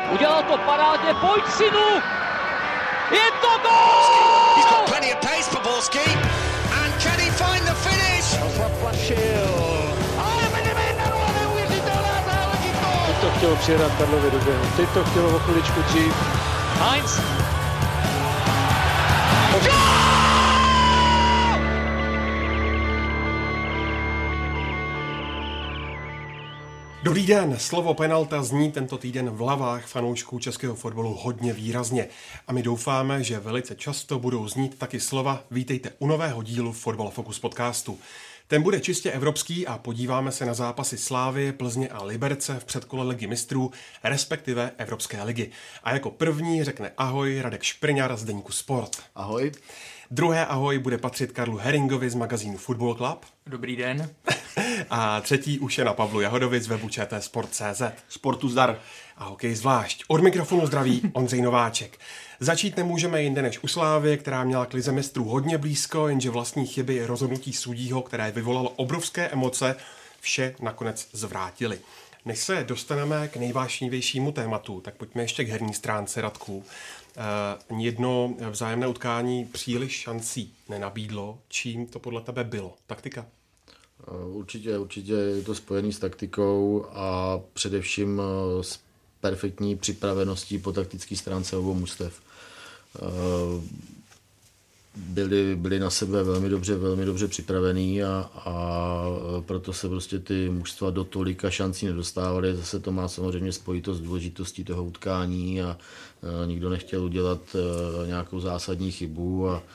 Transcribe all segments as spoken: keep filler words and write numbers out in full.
Udělal to parádně, pojď synu! Je to gól! He's got plenty of pace for Borski. And can he find the finish? Zaplašil. Ale vedeme jedna nula, neuvěřitelná záležitost! Teď to chtělo přijedat Karlovi do běhu, teď to chtělo o chviličku dřív. Heinz! Dobrý den, slovo penalta zní tento týden v hlavách fanoušků českého fotbalu hodně výrazně. A my doufáme, že velice často budou znít taky slova vítejte u nového dílu Fotbal Focus podcastu. Ten bude čistě evropský a podíváme se na zápasy Slávie, Plzně a Liberce v předkole Ligy mistrů, respektive Evropské ligy. A jako první řekne ahoj Radek Šprňar z deníku Sport. Ahoj. Druhé ahoj bude patřit Karlu Heringovi z magazínu Football Club. Dobrý den. A třetí už je na Pavlu Jahodovi z webu č t sport tečka c z. Sportu zdar. A hokej zvlášť. Od mikrofonu zdraví Ondřej Nováček. Začít nemůžeme jinde než u Slávie, která měla k lize mistrů hodně blízko, jenže vlastní chyby rozhodnutí sudího, které vyvolalo obrovské emoce, vše nakonec zvrátili. Než se dostaneme k nejvášnivějšímu tématu, tak pojďme ještě k herní stránce, Radku. Uh, jedno vzájemné utkání příliš šancí nenabídlo. Čím to podle tebe bylo? Taktika? Určitě, určitě je to spojený s taktikou a především s perfektní připraveností po taktické stránce obou mužstev. Byli, byli na sebe velmi dobře, velmi dobře připravený a, a proto se prostě ty mužstva do tolika šancí nedostávaly. Zase to má samozřejmě spojitost s důležitostí toho utkání a, a nikdo nechtěl udělat a, nějakou zásadní chybu a, a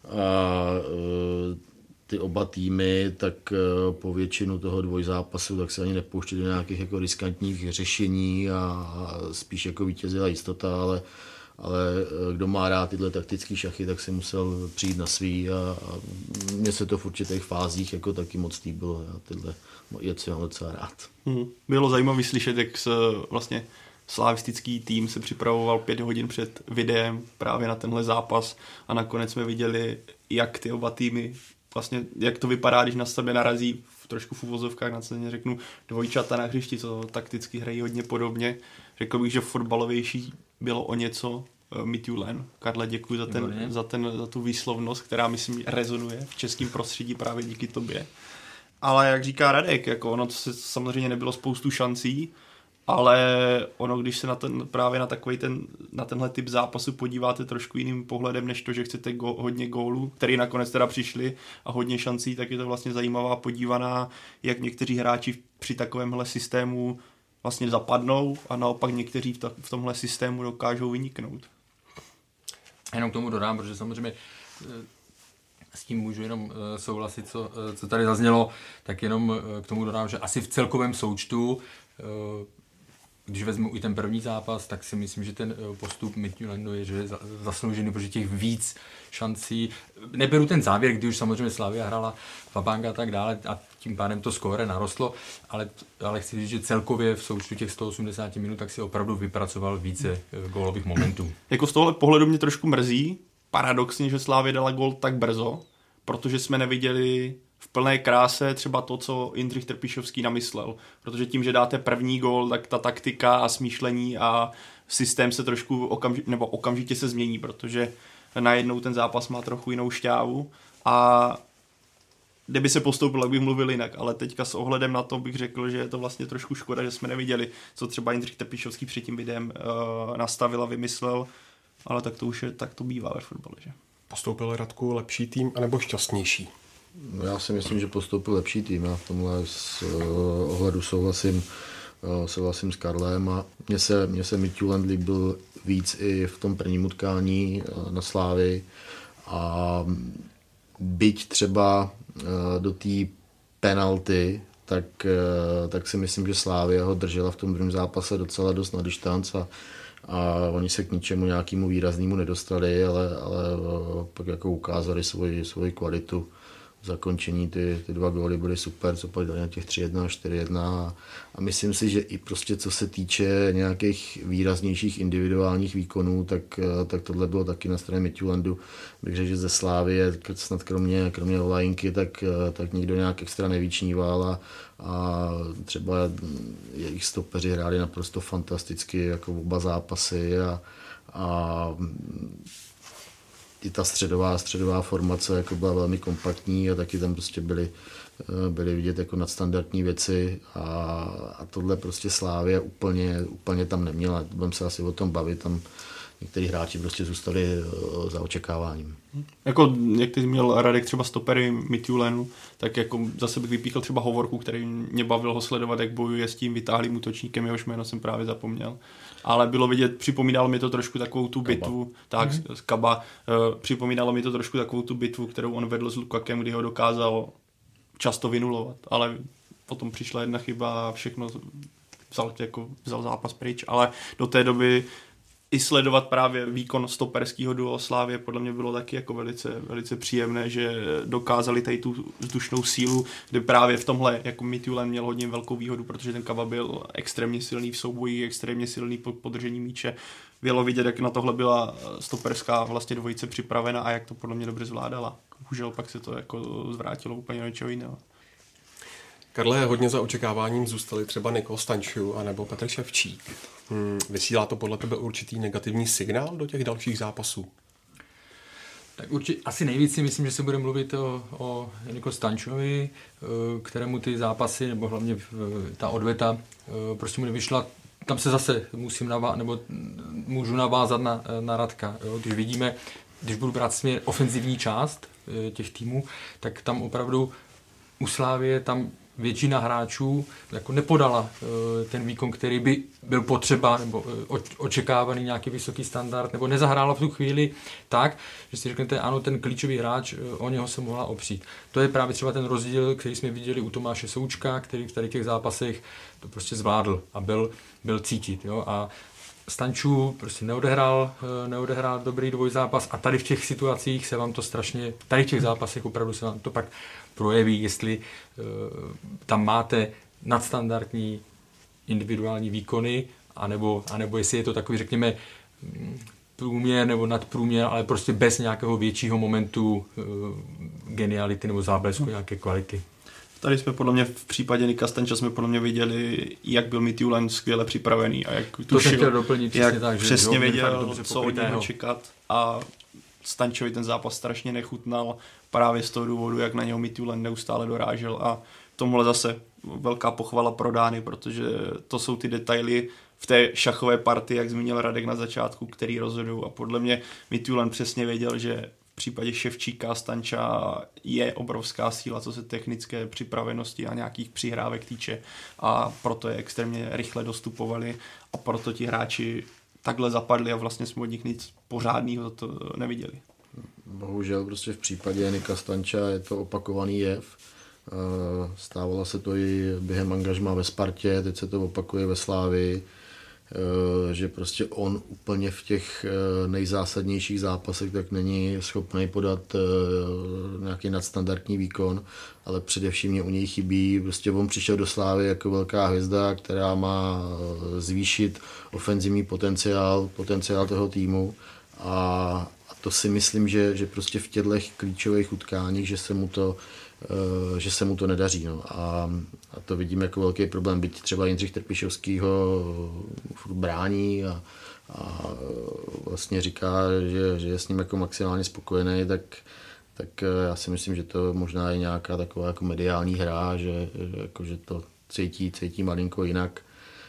ty oba týmy, tak po většinu toho dvojzápasu tak se ani nepouštěli do nějakých jako riskantních řešení a, a spíš jako vítězila jistota, ale, ale kdo má rád tyhle taktické šachy, tak si musel přijít na svý a, a mně se to v určitých fázích jako taky moc líbilo. Já tyhle věci mám docela rád. Hmm. Bylo zajímavé slyšet, jak se vlastně slavistický tým se připravoval pět hodin před videem právě na tenhle zápas a nakonec jsme viděli, jak ty oba týmy vlastně, jak to vypadá, když na sebe narazí v trošku v uvozovkách, na ceně řeknu, dvojčata na hřišti, co takticky hrají hodně podobně. Řekl bych, že fotbalovější bylo o něco uh, Midtjylland. Karle, děkuji za, ten, za, ten, za tu výslovnost, která myslím rezonuje v českém prostředí právě díky tobě. Ale jak říká Radek, jako ono to se, samozřejmě nebylo spoustu šancí, ale ono, když se na ten, právě na takový ten, na tenhle typ zápasu podíváte trošku jiným pohledem, než to, že chcete go, hodně gólů, který nakonec teda přišli a hodně šancí, tak je to vlastně zajímavá podívaná, jak někteří hráči při takovémhle systému vlastně zapadnou a naopak někteří v, ta, v tomhle systému dokážou vyniknout. Jenom k tomu dodám, protože samozřejmě s tím můžu jenom souhlasit, co, co tady zaznělo, tak jenom k tomu dodám, že asi v celkovém součtu, když vezmu i ten první zápas, tak si myslím, že ten postup Midtjyllandu je, že je zasloužený, protože těch víc šancí. Neberu ten závěr, když už samozřejmě Slavia hrála Fabanga a tak dále a tím pádem to skóre narostlo, ale, ale chci říct, že celkově v součtu těch sto osmdesát minut tak si opravdu vypracoval více gólových momentů. Jako z tohle pohledu mě trošku mrzí, paradoxně, že Slavia dala gól tak brzo, protože jsme neviděli v plné kráse třeba to, co Jindřich Trpišovský namyslel. Protože tím, že dáte první gól, tak ta taktika a smýšlení a systém se trošku okamži- nebo okamžitě se změní, protože najednou ten zápas má trochu jinou šťávu a kdyby se postoupil, tak bych mluvil jinak, ale teďka s ohledem na to bych řekl, že je to vlastně trošku škoda, že jsme neviděli, co třeba Jindřich Trpišovský před tím videem uh, nastavil a vymyslel, ale tak to už je, tak to bývá ve fotbale, že? Postoupil, Radku, lepší tým anebo šťastnější? No, já si myslím, že postoupil lepší tým. Já v tomhle z, uh, ohledu souhlasím, uh, souhlasím s Karlem a mně se, mně se Midtjylland líbil víc i v tom prvním utkání uh, na Slávii a byť třeba uh, do té penalty, tak, uh, tak si myslím, že Slavia ho držela v tom druhém zápase docela dost na distanc a a oni se k ničemu nějakému výraznému nedostali, ale, ale pak jako ukázali svoji, svoji kvalitu zakončení, ty, ty dva góly byly super, co pak dali na těch tři jedna, čtyři jedna a myslím si, že i prostě co se týče nějakých výraznějších individuálních výkonů, tak, tak tohle bylo taky na straně Midtjyllandu. Bych řekl, že ze Slávie, snad kromě, kromě Olajinky, tak, tak nikdo nějak extra nevyčníval a, a třeba jejich stopeři hráli naprosto fantasticky, jako oba zápasy a, a i ta středová, středová formace jako byla velmi kompaktní a taky tam prostě byly, byly vidět jako nadstandardní věci a, a tohle prostě Slavia úplně, úplně tam neměla. Budeme se asi o tom bavit, tam některý hráči prostě zůstali za očekáváním. Jako, jak ty měl Radek třeba stopery Midtjyllandu, tak jako zase bych vypíchl třeba Hovorku, který mě bavil ho sledovat, jak bojuje s tím vytáhlým útočníkem, jehož jméno jsem právě zapomněl. Ale bylo vidět, připomínalo mi to trošku takovou tu Kaba. bitvu, tak, mm-hmm. z Kaba, uh, připomínalo mi to trošku takovou tu bitvu, kterou on vedl s Lukakem, kdy ho dokázal často vynulovat, ale potom přišla jedna chyba a všechno vzal, jako, vzal zápas pryč, ale do té doby i sledovat právě výkon stoperského duo Slávie podle mě bylo taky jako velice, velice příjemné, že dokázali tady tu vzdušnou sílu, kde právě v tomhle jako Midtjylland měl hodně velkou výhodu, protože ten Kava byl extrémně silný v souboji, extrémně silný po podržení míče. Bylo vidět, jak na tohle byla stoperská vlastně dvojice připravena a jak to podle mě dobře zvládala. Bohužel pak se to jako zvrátilo úplně na něčeho jiného. Karle, hodně za očekáváním zůstali třeba Nikol Stanču anebo Petr Ševčík. Hmm, vysílá to podle tebe určitý negativní signál do těch dalších zápasů? Tak určitě asi nejvíc si myslím, že se bude mluvit o, o Nikol Stančovi, kterému ty zápasy, nebo hlavně ta odveta prostě mu nevyšla. Tam se zase musím navázat, nebo můžu navázat na, na Radka. Jo? Když vidíme, když budu brát směr ofenzivní část těch týmů, tak tam opravdu u Slávie tam většina hráčů jako nepodala ten výkon, který by byl potřeba, nebo očekávaný nějaký vysoký standard, nebo nezahrála v tu chvíli tak, že si řeknete, ano, ten klíčový hráč, o něho se mohla opřít. To je právě třeba ten rozdíl, který jsme viděli u Tomáše Součka, který v tady těch zápasech to prostě zvládl a byl, byl cítit. Jo? A Stanču prostě neodehrál, neodehrál dobrý dvojzápas a tady v těch situacích se vám to strašně, tady v těch zápasech opravdu se vám to pak projeví, jestli uh, tam máte nadstandardní individuální výkony, anebo, anebo jestli je to takový, řekněme, průměr nebo nadprůměr, ale prostě bez nějakého většího momentu uh, geniality nebo záblesku hmm. nějaké kvality. Tady jsme podle mě v případě Nika Stanča jsme podle mě viděli, jak byl Midtjylland skvěle připravený a jak tušil, doplnit, jak tak, že přesně jo, věděl, co od něho čekat a Stančovi ten zápas strašně nechutnal právě z toho důvodu, jak na něho Midtjylland neustále dorážel a tomuhle zase velká pochvala pro Dány, protože to jsou ty detaily v té šachové partii, jak zmínil Radek na začátku, který rozhodují a podle mě Midtjylland přesně věděl, že v případě Ševčíka, Stanča je obrovská síla, co se technické připravenosti a nějakých přihrávek týče a proto je extrémně rychle dostupovali a proto ti hráči takhle zapadli a vlastně jsme od nich nic pořádného to neviděli. Bohužel prostě v případě Nika Stanča je to opakovaný jev. Stávalo se to i během angažmá ve Spartě, teď se to opakuje ve Slávii, že prostě on úplně v těch nejzásadnějších zápasech tak není schopný podat nějaký nadstandardní výkon, ale především mě u něj chybí. Prostě on přišel do Slávy jako velká hvězda, která má zvýšit ofenzivní potenciál, potenciál toho týmu a to si myslím, že, že prostě v těchto klíčových utkáních, že se mu to, že se mu to nedaří. No. A, a to vidím jako velký problém. Byť třeba Jindřich Trpišovský ho brání a, a vlastně říká, že, že je s ním jako maximálně spokojený, tak, tak já si myslím, že to možná je nějaká taková jako mediální hra, že, jako, že to cítí, cítí malinko jinak.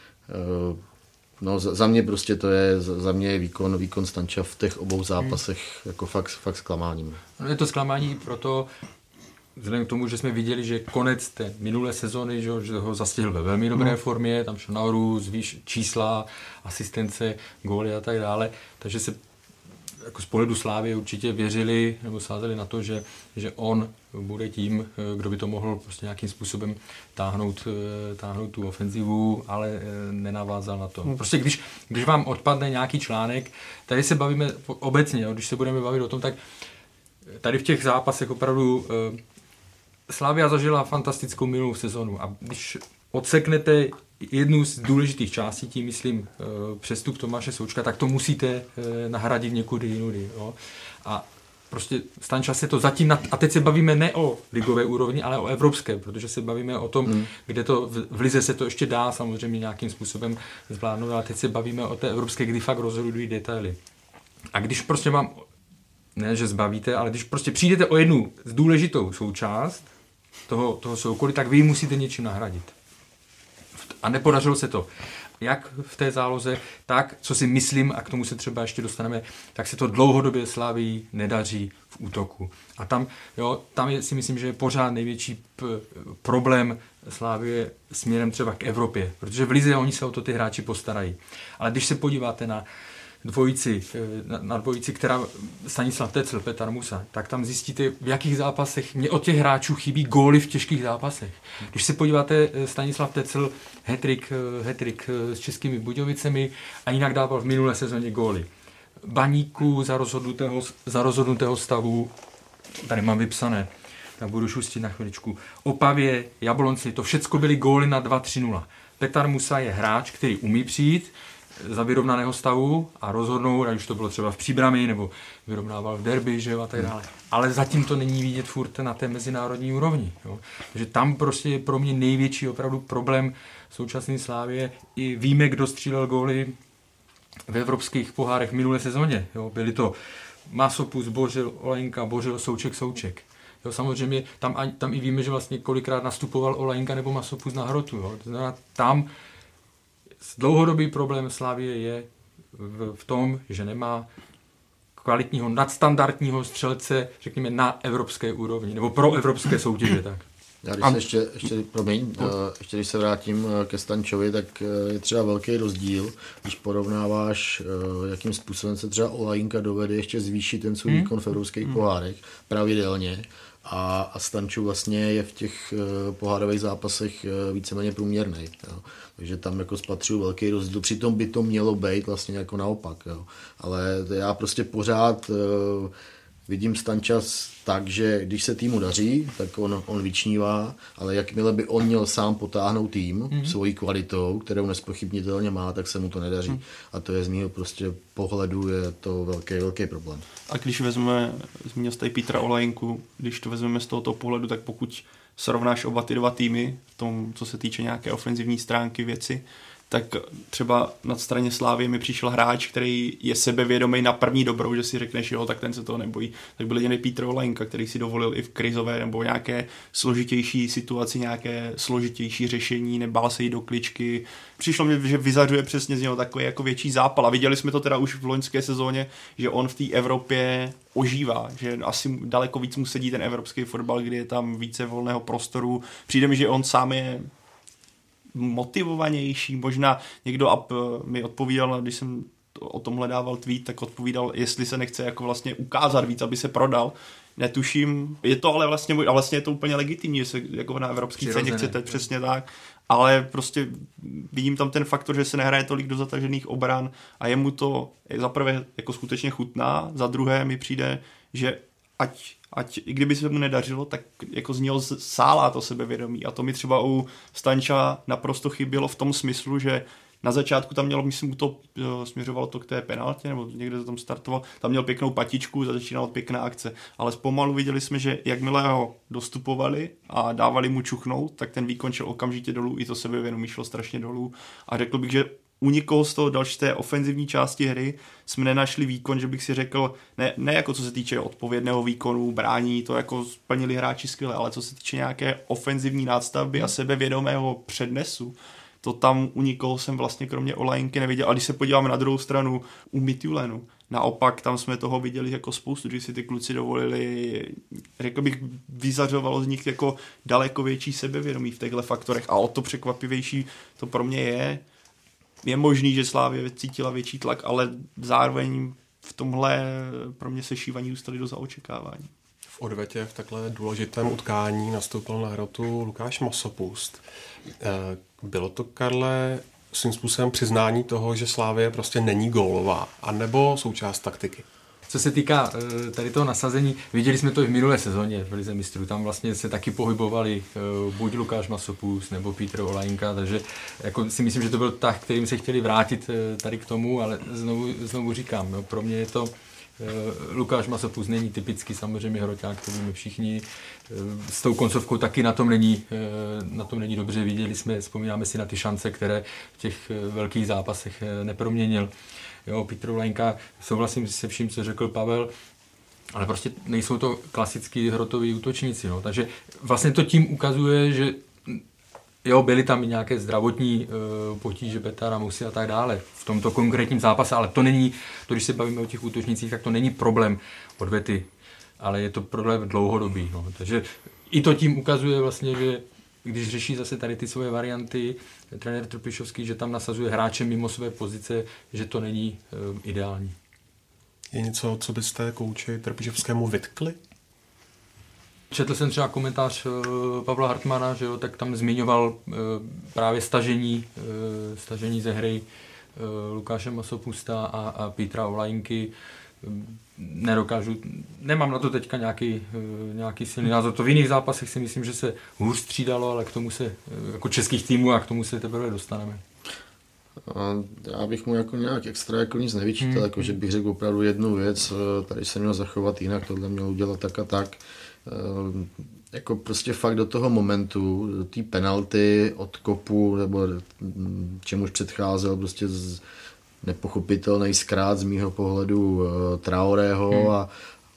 No za mě prostě to je, za mě je výkon, výkon Stanča v těch obou zápasech hmm. jako fakt, fakt zklamáním. No je to zklamání proto, vzhledem k tomu, že jsme viděli, že konec té minulé sezony, že, že ho zastihl ve velmi dobré hmm. formě, tam šel nahoru, zvýš čísla, asistence, góly a tak dále, takže se jako z pohledu Slávy určitě věřili nebo sázeli na to, že, že on bude tím, kdo by to mohl prostě nějakým způsobem táhnout, táhnout tu ofenzivu, ale nenavázal na to. Prostě když, když vám odpadne nějaký článek, tady se bavíme obecně, když se budeme bavit o tom, tak tady v těch zápasech opravdu Slavia zažila fantastickou minulou sezonu a když odseknete jednu z důležitých částí, tím myslím přestup Tomáše Součka, tak to musíte nahradit někudy jinudy. Jo? A prostě Stanča se to zatím, nad, a teď se bavíme ne o ligové úrovni, ale o evropské, protože se bavíme o tom, hmm. kde to v, v lize se to ještě dá samozřejmě nějakým způsobem zvládnout, ale teď se bavíme o té evropské, kdy fakt rozhodují detaily. A když prostě vám, ne že zbavíte, ale když prostě přijdete o jednu důležitou součást toho, toho soukolí, tak vy ji musíte něčím nahradit. A nepodařilo se to. Jak v té záloze, tak, co si myslím, a k tomu se třeba ještě dostaneme, tak se to dlouhodobě Slavii nedaří v útoku. A tam, jo, tam je, si myslím, že je pořád největší p- problém Slavie směrem třeba k Evropě, protože v lize oni se o to ty hráči postarají. Ale když se podíváte na dvojici, na, na dvojici, která Stanislav Tecl, Petar Musa, tak tam zjistíte, v jakých zápasech mě od těch hráčů chybí góly v těžkých zápasech. Když se podíváte, Stanislav Tecl, hat-trick, hat-trick s Českými Budějovicemi a jinak dával v minulé sezóně góly. Baníku za rozhodnutého, za rozhodnutého stavu, tady mám vypsané, tak budu šustit na chviličku. Opavě, Jablonci, to všecko byly góly na dva tři nula. Petar Musa je hráč, který umí přijít za vyrovnaného stavu a rozhodnout, ať už to bylo třeba v Příbrami, nebo vyrovnával v derby, že jo, a tak dále. Ale zatím to není vidět furt na té mezinárodní úrovni. Jo. Takže tam prostě je pro mě největší opravdu problém současné Slávie. I víme, kdo střílel góly v evropských pohárech minulé sezóně. Jo. Byli to Masopust, Bořil, Olejnka, Bořil, Souček, Souček. Jo, samozřejmě tam, tam i víme, že vlastně kolikrát nastupoval Olejnka nebo Masopust na hrotu. Jo. Tam dlouhodobý problém Slavie je v, v tom, že nemá kvalitního nadstandardního střelce, řekněme, na evropské úrovni, nebo pro evropské soutěže. Tak. Já když se ještě, ještě, promiň, ještě když se vrátím ke Stančovi, tak je třeba velký rozdíl, když porovnáváš, jakým způsobem se třeba Olajinka dovede ještě zvýšit ten svůj výkon v evropských hmm. pohárech, pravidelně, a, a Stanču vlastně je v těch uh, pohárových zápasech uh, víceméně průměrný. Jo. Takže tam jako spatřuju velký rozdíl. Přitom by to mělo být vlastně jako naopak. Jo. Ale já prostě pořád uh, vidím Stanča tak, že když se týmu daří, tak on, on vyčnívá, ale jakmile by on měl sám potáhnout tým mm-hmm. svojí kvalitou, kterou nezpochybnitelně má, tak se mu to nedaří. Mm. A to je z mého prostě pohledu je to velký, velký problém. A když vezmeme, zmínil jste Petra Olajinku, když to vezmeme z tohoto pohledu, tak pokud srovnáš oba ty dva týmy, v tom, co se týče nějaké ofenzivní stránky věci, tak třeba na straně Slávie mi přišel hráč, který je sebevědomý na první dobrou, že si řekneš, jo, tak ten se toho nebojí. Tak byl jediný Petr Olajnka, který si dovolil i v krizové nebo nějaké složitější situaci, nějaké složitější řešení, nebál se jít do kličky. Přišlo mi, že vyzařuje přesně z něho takový jako větší zápal. A viděli jsme to teda už v loňské sezóně, že on v té Evropě ožívá, že asi daleko víc mu sedí ten evropský fotbal, kdy je tam více volného prostoru. Přijde mi, že on sám je motivovanější, možná někdo up mi odpovídal, když jsem o tomhle dával tweet, tak odpovídal, jestli se nechce jako vlastně ukázat víc, aby se prodal. Netuším, je to ale vlastně, a vlastně je to úplně legitimní, že se jako na evropský ceně chcete, přesně tak, ale prostě vidím tam ten faktor, že se nehraje tolik do zatažených obran a jemu to za prvé jako skutečně chutná, za druhé mi přijde, že ať ať i kdyby se mu nedařilo, tak jako z něho sálá to sebevědomí. A to mi třeba u Stanča naprosto chybělo v tom smyslu, že na začátku tam mělo, myslím, to směřovalo to k té penaltě, nebo někde to tam startoval, tam měl pěknou patičku, začínala pěkná akce, ale zpomalu viděli jsme, že jakmile ho dostupovali a dávali mu čuchnout, tak ten výkon šel okamžitě dolů, i to sebevědomí šlo strašně dolů. A řekl bych, že u nikoho z toho další té ofenzivní části hry jsme nenašli výkon, že bych si řekl, ne, ne jako co se týče odpovědného výkonu, brání, to jako splnili hráči skvěle, ale co se týče nějaké ofenzivní nástavby a sebevědomého přednesu, to tam u nikoho jsem vlastně kromě Olajinky neviděl. A když se podíváme na druhou stranu u Midtjyllandu, naopak tam jsme toho viděli jako spoustu, že si ty kluci dovolili, řekl bych, vyzařovalo z nich jako daleko větší sebevědomí v těchto faktorech a o to překvapivější to pro mě je. Je možný, že Slavie cítila větší tlak, ale zároveň v tomhle pro mě sešívaní zůstali do zaočekávání. V odvetě v takhle důležitém utkání nastoupil na hrotu Lukáš Masopust. Bylo to, Karle, svým způsobem přiznání toho, že Slavie prostě není gólová, anebo součást taktiky? co se týká tady toho nasazení, viděli jsme to i v minulé sezóně v Lize mistrů, tam vlastně se taky pohybovali buď Lukáš Masopust nebo Petr Olajinka, takže jako si myslím, že to byl tah, kterým se chtěli vrátit tady k tomu, ale znovu, znovu říkám, no, pro mě je to Lukáš Masopust není typický samozřejmě hroťák, to víme všichni. S tou koncovkou taky na tom není, na tom není dobře. Viděli jsme, vzpomínáme si na ty šance, které v těch velkých zápasech neproměnil. Jo, Petr Olajinka, souhlasím se vším, co řekl Pavel, ale prostě nejsou to klasický hrotoví útočníci. No. Takže vlastně to tím ukazuje, že jo, byly tam i nějaké zdravotní uh, potíže Petara Musy a tak dále v tomto konkrétním zápase, ale to není, to když se bavíme o těch útočnících, tak to není problém odvety, ale je to problém dlouhodobý. No. Takže i to tím ukazuje vlastně, že když řeší zase tady ty svoje varianty, trenér Trpišovský, že tam nasazuje hráče mimo své pozice, že to není uh, ideální. Je něco, co byste kouči Trpišovskému vytkli? Četl jsem třeba komentář uh, Pavla Hartmana, že jo, tak tam zmiňoval uh, právě stažení, uh, stažení ze hry uh, Lukáše Masopusta a, a Petra Olajinky. Nedokážu, nemám na to teďka nějaký, uh, nějaký silný názor. To v jiných zápasech si myslím, že se hůř střídalo, ale k tomu se, uh, jako českých týmů, a k tomu se teprve dostaneme. A já bych mu jako nějak extra jako nic nevyčítal, hmm. jako že bych řekl opravdu jednu věc, tady se měl zachovat jinak, tohle měl udělat tak a tak. Uh, jako prostě fakt do toho momentu, do té penalty od kopu, nebo čemuž předcházel, prostě z nepochopitelný zkrát z mýho pohledu uh, Traorého hmm. a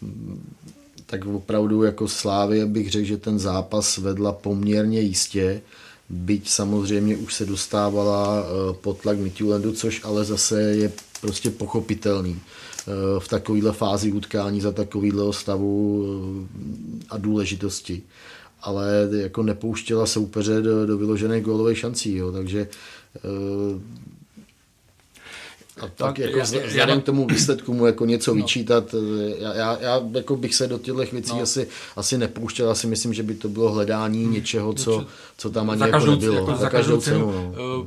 tak opravdu jako Slavie bych řekl, že ten zápas vedla poměrně jistě, byť samozřejmě už se dostávala uh, pod tlak Midtjyllandu, což ale zase je prostě pochopitelný v takovéhle fázi utkání za takového stavu a důležitosti. Ale jako nepouštěla soupeře do, do vyložených gólových šancí, jo, takže a tak, tak jako vzhledem k tomu výsledku mu jako něco no. vyčítat, já, já, já jako bych se do těchto věcí no. asi, asi nepouštěl, asi myslím, že by to bylo hledání hmm. něčeho, co, co tam ani jako nebylo. Jako za každou cenu. cenu no.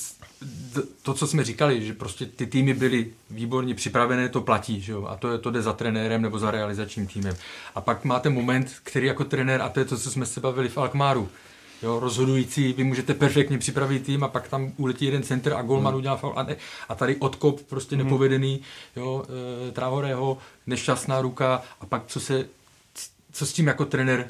To, co jsme říkali, že prostě ty týmy byly výborně připravené, to platí, že jo? A to, je, to jde za trenérem nebo za realizačním týmem. A pak máte moment, který jako trenér, a to je to, co jsme se bavili v Alkmaru, jo? Rozhodující, vy můžete perfektně připravit tým a pak tam uletí jeden center a golman hmm. udělá faul. A, ne, a tady odkop prostě hmm. nepovedený, jo? E, Traorého, nešťastná ruka a pak co se co s tím jako trenér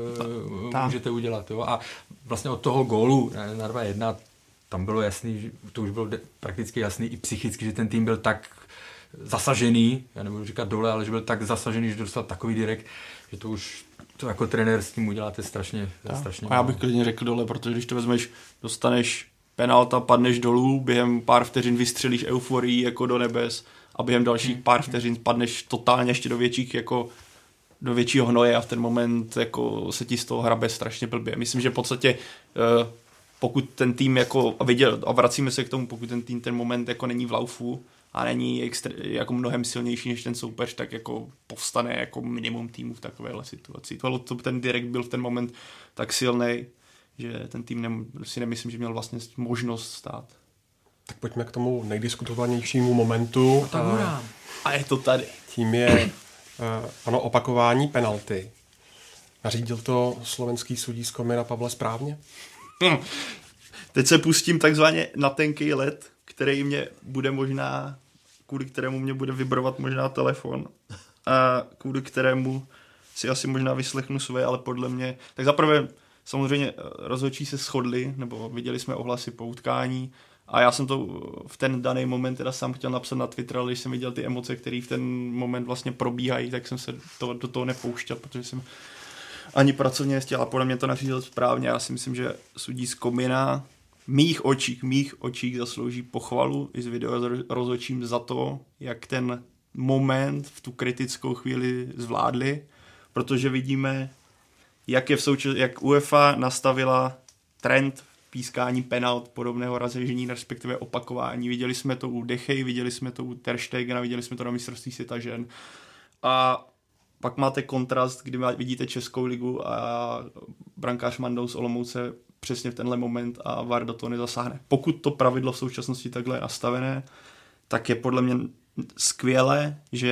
e, můžete udělat. Jo? A vlastně od toho gólu na dva jedna tam bylo jasný, to už bylo prakticky jasný i psychicky, že ten tým byl tak zasažený, já nebudu říkat dole, ale že byl tak zasažený, že dostal takový direkt, že to už to jako trenér s tím uděláte strašně, strašně. A já bych klidně řekl dole, protože když to vezmeš, dostaneš penalta, padneš dolů, během pár vteřin vystřelíš euforii jako do nebes a během dalších pár vteřin padneš totálně ještě do větších jako do většího hnoje a v ten moment jako se ti z toho hrabe strašně blbě. Myslím, že v podstatě uh, pokud ten tým jako, a, viděl, a vracíme se k tomu, pokud ten tým ten moment jako není v laufu a není extra, jako mnohem silnější než ten soupeř, tak jako povstane jako minimum týmu v takovéhle situaci. To, to, ten direkt byl v ten moment tak silný, že ten tým ne, si nemyslím, že měl vlastně možnost stát. Tak pojďme k tomu nejdiskutovanějšímu momentu. A, a je to tady. Tím je ano, opakování penalty. Nařídil to slovenský sudí z Komina Pavle správně? Hm. Teď se pustím takzvaně na tenký led, který mě bude možná, kvůli kterému mě bude vibrovat možná telefon a kvůli kterému si asi možná vyslechnu své, ale podle mě, tak zaprvé samozřejmě rozhodčí se shodli, nebo viděli jsme ohlasy po utkání a já jsem to v ten daný moment teda sám chtěl napsat na Twitter, ale když jsem viděl ty emoce, které v ten moment vlastně probíhají, tak jsem se to, do toho nepouštěl, protože jsem ani pracovně nechtěl a podle mě to nařídil správně. Já si myslím, že sudí z Komina mých očích, mých očích zaslouží pochvalu i s videorozhodčím za to, jak ten moment v tu kritickou chvíli zvládli, protože vidíme, jak je v součas, jak UEFA nastavila trend pískání penalt podobného razení, respektive opakování. Viděli jsme to u Dechej, viděli jsme to u Ter Stegena, viděli jsme to na mistrovství světa žen. A pak máte kontrast, kdy vidíte Českou ligu a brankář Mandou z Olomouce přesně v tenhle moment a V A R do toho nezasáhne. Pokud to pravidlo v současnosti takhle je nastavené, tak je podle mě skvělé, že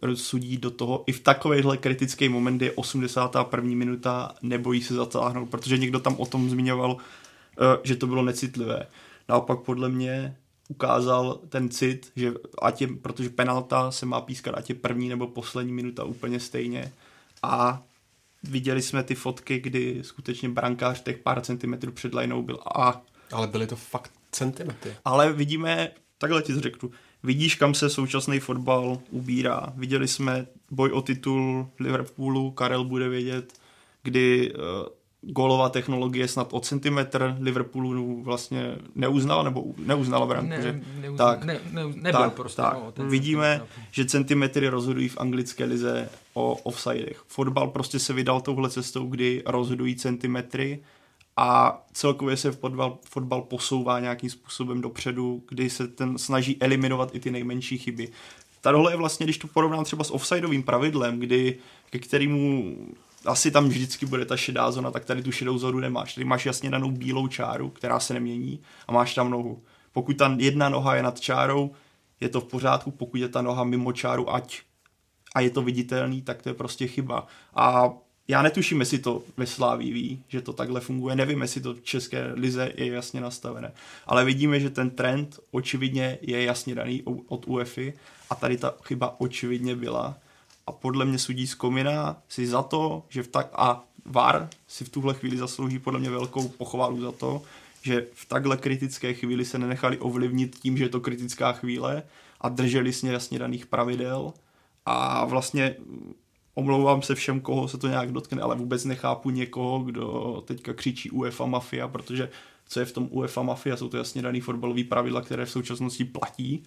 sudí do toho i v takovýhle kritický moment, kdy je osmdesátá první minuta, nebojí se zatáhnout, protože někdo tam o tom zmiňoval, že to bylo necitlivé. Naopak podle mě ukázal ten cit, že ať je, protože penalta se má pískat, ať je první nebo poslední minuta úplně stejně. A viděli jsme ty fotky, kdy skutečně brankář těch pár centimetrů před lineou byl. A... Ale byly to fakt centimetry. Ale vidíme, takhle ti to řeknu, vidíš, kam se současný fotbal ubírá. Viděli jsme boj o titul Liverpoolu, Karel bude vědět, kdy uh, gólová technologie snad o centimetr Liverpoolu vlastně neuznala, nebo neuznala branku, ne, že? Neuz, tak, ne, ne, nebyl tak, prostě. tak. No, ten, Vidíme, ten, že centimetry rozhodují v anglické lize o offsidech. Fotbal prostě se vydal touhle cestou, kdy rozhodují centimetry a celkově se fotbal, fotbal posouvá nějakým způsobem dopředu, kdy se ten snaží eliminovat i ty nejmenší chyby. Tahle je vlastně, když to porovnám třeba s offsideovým pravidlem, kdy, ke kterému asi tam vždycky bude ta šedá zóna, tak tady tu šedou zónu nemáš. Tady máš jasně danou bílou čáru, která se nemění a máš tam nohu. Pokud ta jedna noha je nad čárou, je to v pořádku, pokud je ta noha mimo čáru, ať a je to viditelný, tak to je prostě chyba. A já netuším, jestli to ve Slávii ví, že to takhle funguje, nevím, jestli to v české lize je jasně nastavené. Ale vidíme, že ten trend očividně je jasně daný od UEFA a tady ta chyba očividně byla. A podle mě sudí z Komina si za to, že v tak a V A R si v tuhle chvíli zaslouží podle mě velkou pochvalu za to, že v takhle kritické chvíli se nenechali ovlivnit tím, že je to kritická chvíle a drželi si jasně daných pravidel a vlastně omlouvám se všem, koho se to nějak dotkne, ale vůbec nechápu někoho, kdo teďka křičí UEFA mafia, protože co je v tom UEFA mafia, jsou to jasně daný fotbalový pravidla, které v současnosti platí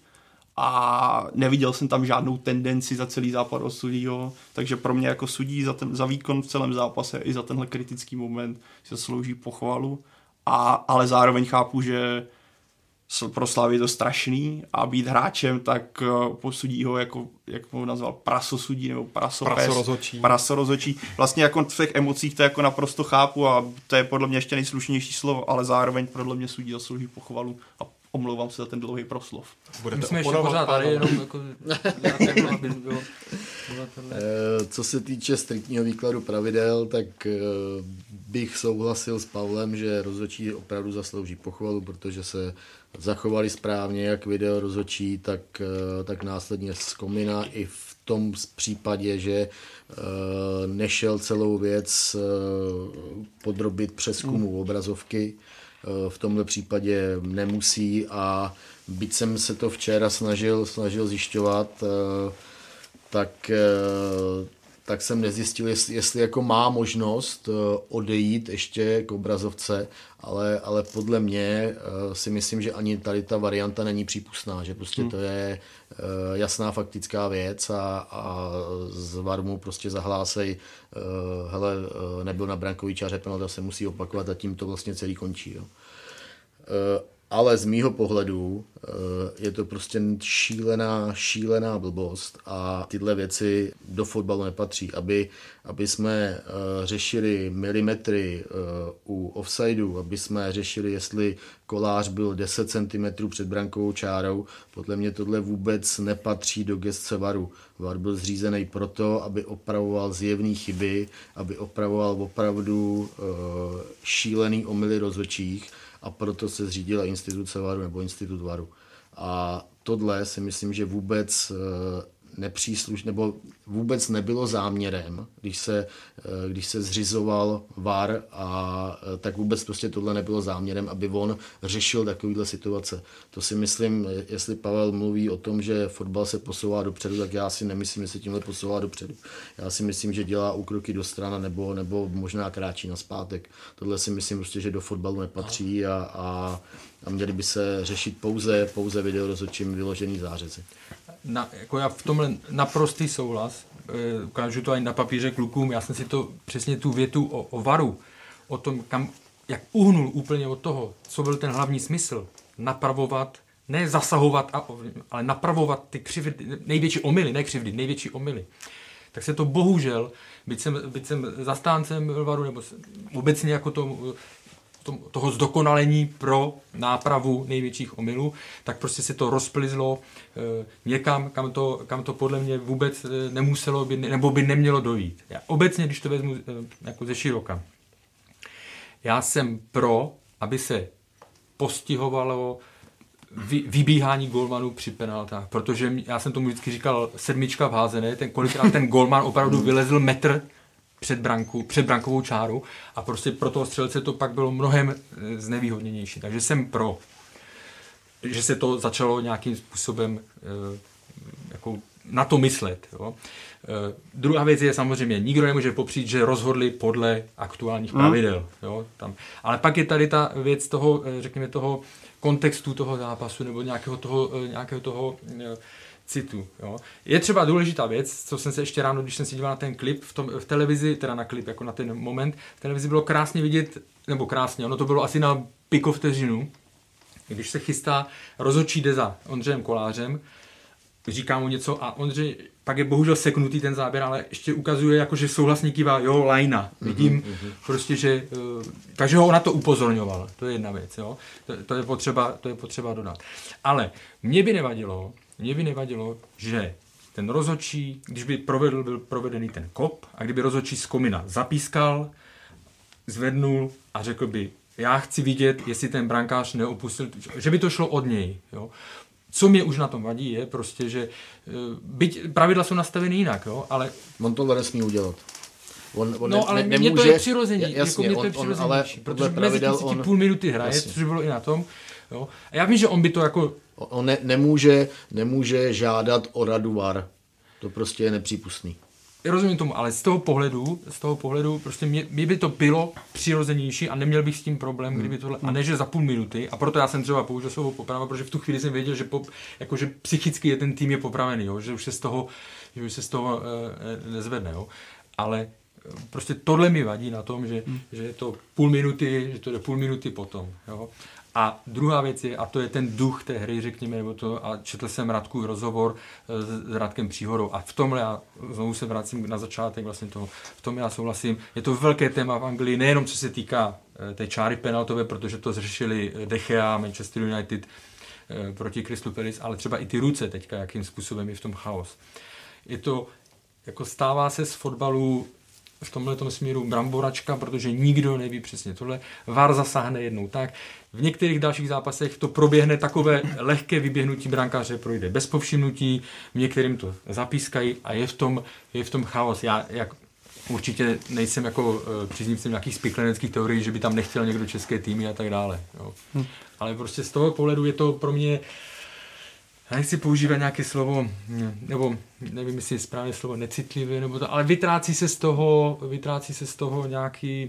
a neviděl jsem tam žádnou tendenci za celý západ od sudího, takže pro mě jako sudí za, ten, za výkon v celém zápase i za tenhle kritický moment si zaslouží pochvalu, a, ale zároveň chápu, že pro Slávy je to strašný a být hráčem, tak posudí ho jako, jak ho nazval, prasosudí nebo prasopes. Prasorozhodčí. Prasorozhodčí. Vlastně jako v těch emocích to jako naprosto chápu a to je podle mě ještě nejslušnější slovo, ale zároveň podle mě sudí zaslouží pochvalu a omlouvám se za ten dlouhý proslov. Budete My jsme ještě pořád tady, jenom jako, aby bylo, Co se týče striktního výkladu pravidel, tak bych souhlasil s Pavlem, že rozhodčí opravdu zaslouží pochvalu, protože se zachovali správně, jak video rozhodčí, tak, tak následně z Komina i v tom případě, že nešel celou věc podrobit přezkumu obrazovky. V tomhle případě nemusí a byť jsem se to včera snažil, snažil zjišťovat, tak, tak jsem nezjistil, jestli, jestli jako má možnost odejít ještě k obrazovce, ale, ale podle mě si myslím, že ani tady ta varianta není přípustná, že prostě to je jasná faktická věc a, a z V A R mu prostě zahlásej, hele, nebyl na brankový čáře, penalta se musí opakovat a tím to vlastně celý končí. Jo. Ale z mýho pohledu je to prostě šílená, šílená blbost a tyhle věci do fotbalu nepatří. Aby, aby jsme řešili milimetry u offsideu, aby jsme řešili, jestli kolář byl deset centimetrů před brankovou čárou, podle mě tohle vůbec nepatří do gesce V A Ru. V A R byl zřízený proto, aby opravoval zjevné chyby, aby opravoval opravdu šílený omyly rozhodčích, a proto se zřídila instituce V A Ru nebo institut V A Ru. A tohle si myslím, že vůbec nepřísluš, nebo vůbec nebylo záměrem, když se, když se zřizoval V A R, a tak vůbec prostě tohle nebylo záměrem, aby on řešil takovýhle situace. To si myslím, jestli Pavel mluví o tom, že fotbal se posouvá dopředu, tak já si nemyslím, že se tímhle posouvá dopředu. Já si myslím, že dělá úkroky do strana nebo, nebo možná kráčí nazpátek. Tohle si myslím prostě, že do fotbalu nepatří a, a, a měli by se řešit pouze, pouze video rozhodčím vyložený zářezy. Na, jako já v tomhle naprostý souhlas, e, ukážu to i na papíře klukům, já jsem si to přesně tu větu o, o V A Ru, o tom, kam, jak uhnul úplně od toho, co byl ten hlavní smysl, napravovat, ne zasahovat, a, ale napravovat ty křivdy, největší omyly, ne křivdy, největší omyly. Tak se to bohužel, byť jsem, byť jsem zastáncem V A Ru, nebo obecně jako to, tom, toho zdokonalení pro nápravu největších omylů, tak prostě se to rozplizlo e, někam, kam to, kam to podle mě vůbec e, nemuselo by, nebo by nemělo dojít. Já obecně, když to vezmu e, jako ze široka, já jsem pro, aby se postihovalo vy, vybíhání golmanů při penaltách, protože já jsem tomu vždycky říkal sedmička v házené, ten kolikrát ten golman opravdu vylezl metr před, branku, před brankovou čáru a prostě pro toho střelce to pak bylo mnohem znevýhodněnější. Takže jsem pro, že se to začalo nějakým způsobem e, jako na to myslet. Jo. E, druhá věc je samozřejmě, nikdo nemůže popřít, že rozhodli podle aktuálních pravidel. Jo, tam. Ale pak je tady ta věc toho, řekněme, toho kontextu toho zápasu nebo nějakého toho, nějakého toho e, citu. Jo. Je třeba důležitá věc, co jsem se ještě ráno, když jsem si díval na ten klip v, tom, v televizi, teda na klip, jako na ten moment, v televizi bylo krásně vidět, nebo krásně, ono to bylo asi na piko vteřinu, když se chystá, rozhodčí jde za Ondřejem Kolářem, říká mu něco a Ondřej, pak je bohužel seknutý ten záběr, ale ještě ukazuje, jako, že souhlasník kývá, jo, lajna, vidím, mm-hmm. prostě, že, uh, takže ho na to upozorňoval, to je jedna věc, jo, to, to, je potřeba, to je potřeba dodat. Ale mě by nevadilo, Mně by nevadilo, že ten rozhodčí, když by provedl, byl provedený ten kop a kdyby rozhodčí z komina zapískal, zvednul a řekl by, já chci vidět, jestli ten brankář neopustil, že by to šlo od něj. Jo. Co mě už na tom vadí, je prostě, že byť pravidla jsou nastaveny jinak, jo, ale... On tohle nesmí udělat. On, on no, ne, ale ne, mně nemůže, to je přirozený, jasně, jako mě to je on, on, ale protože mezi tím on, půl minuty hraje, jasně. což bylo i na tom. Jo. A já vím, že on by to jako... On ne, nemůže, nemůže žádat o radu V A R. To prostě je nepřípustný. Rozumím tomu, ale z toho pohledu, z toho pohledu prostě mě, mě by to bylo přirozenější a neměl bych s tím problém, kdyby tohle, a ne, že za půl minuty, a proto já jsem třeba použil slovo poprava, protože v tu chvíli jsem věděl, že, po, jako, že psychicky je ten tým je popravený, jo, že už se z toho, že už se z toho e, nezvedne, jo. Ale prostě tohle mi vadí na tom, že, hmm. že je to půl minuty, že to jde půl minuty potom, jo. A druhá věc je, a to je ten duch té hry, řekněme, nebo to, a četl jsem Radkův rozhovor s, s Radkem Příhodou a v tomhle já znovu se vracím na začátek vlastně toho, v tom já souhlasím, je to velké téma v Anglii, nejenom co se týká té čáry penaltové, protože to zřešili De Gea, Manchester United proti Crystal Palace, ale třeba i ty ruce teďka, jakým způsobem je v tom chaos. Je to, jako stává se z fotbalu v tomhletom směru bramboračka, protože nikdo neví přesně tohle. V A R zasáhne jednou tak. V některých dalších zápasech to proběhne takové lehké vyběhnutí brankáře, projde bez povšimnutí, v některým to zapískají a je v tom, je v tom chaos. Já jak, určitě nejsem jako uh, příznivcem nějakých spikleneckých teorií, že by tam nechtěl někdo české týmy a tak dále. Jo. Hm. Ale prostě z toho pohledu je to pro mě, já nechci používat nějaké slovo, nebo nevím, jestli je správné slovo necitlivé, nebo to, ale vytrácí se z toho, vytrácí se z toho nějaký,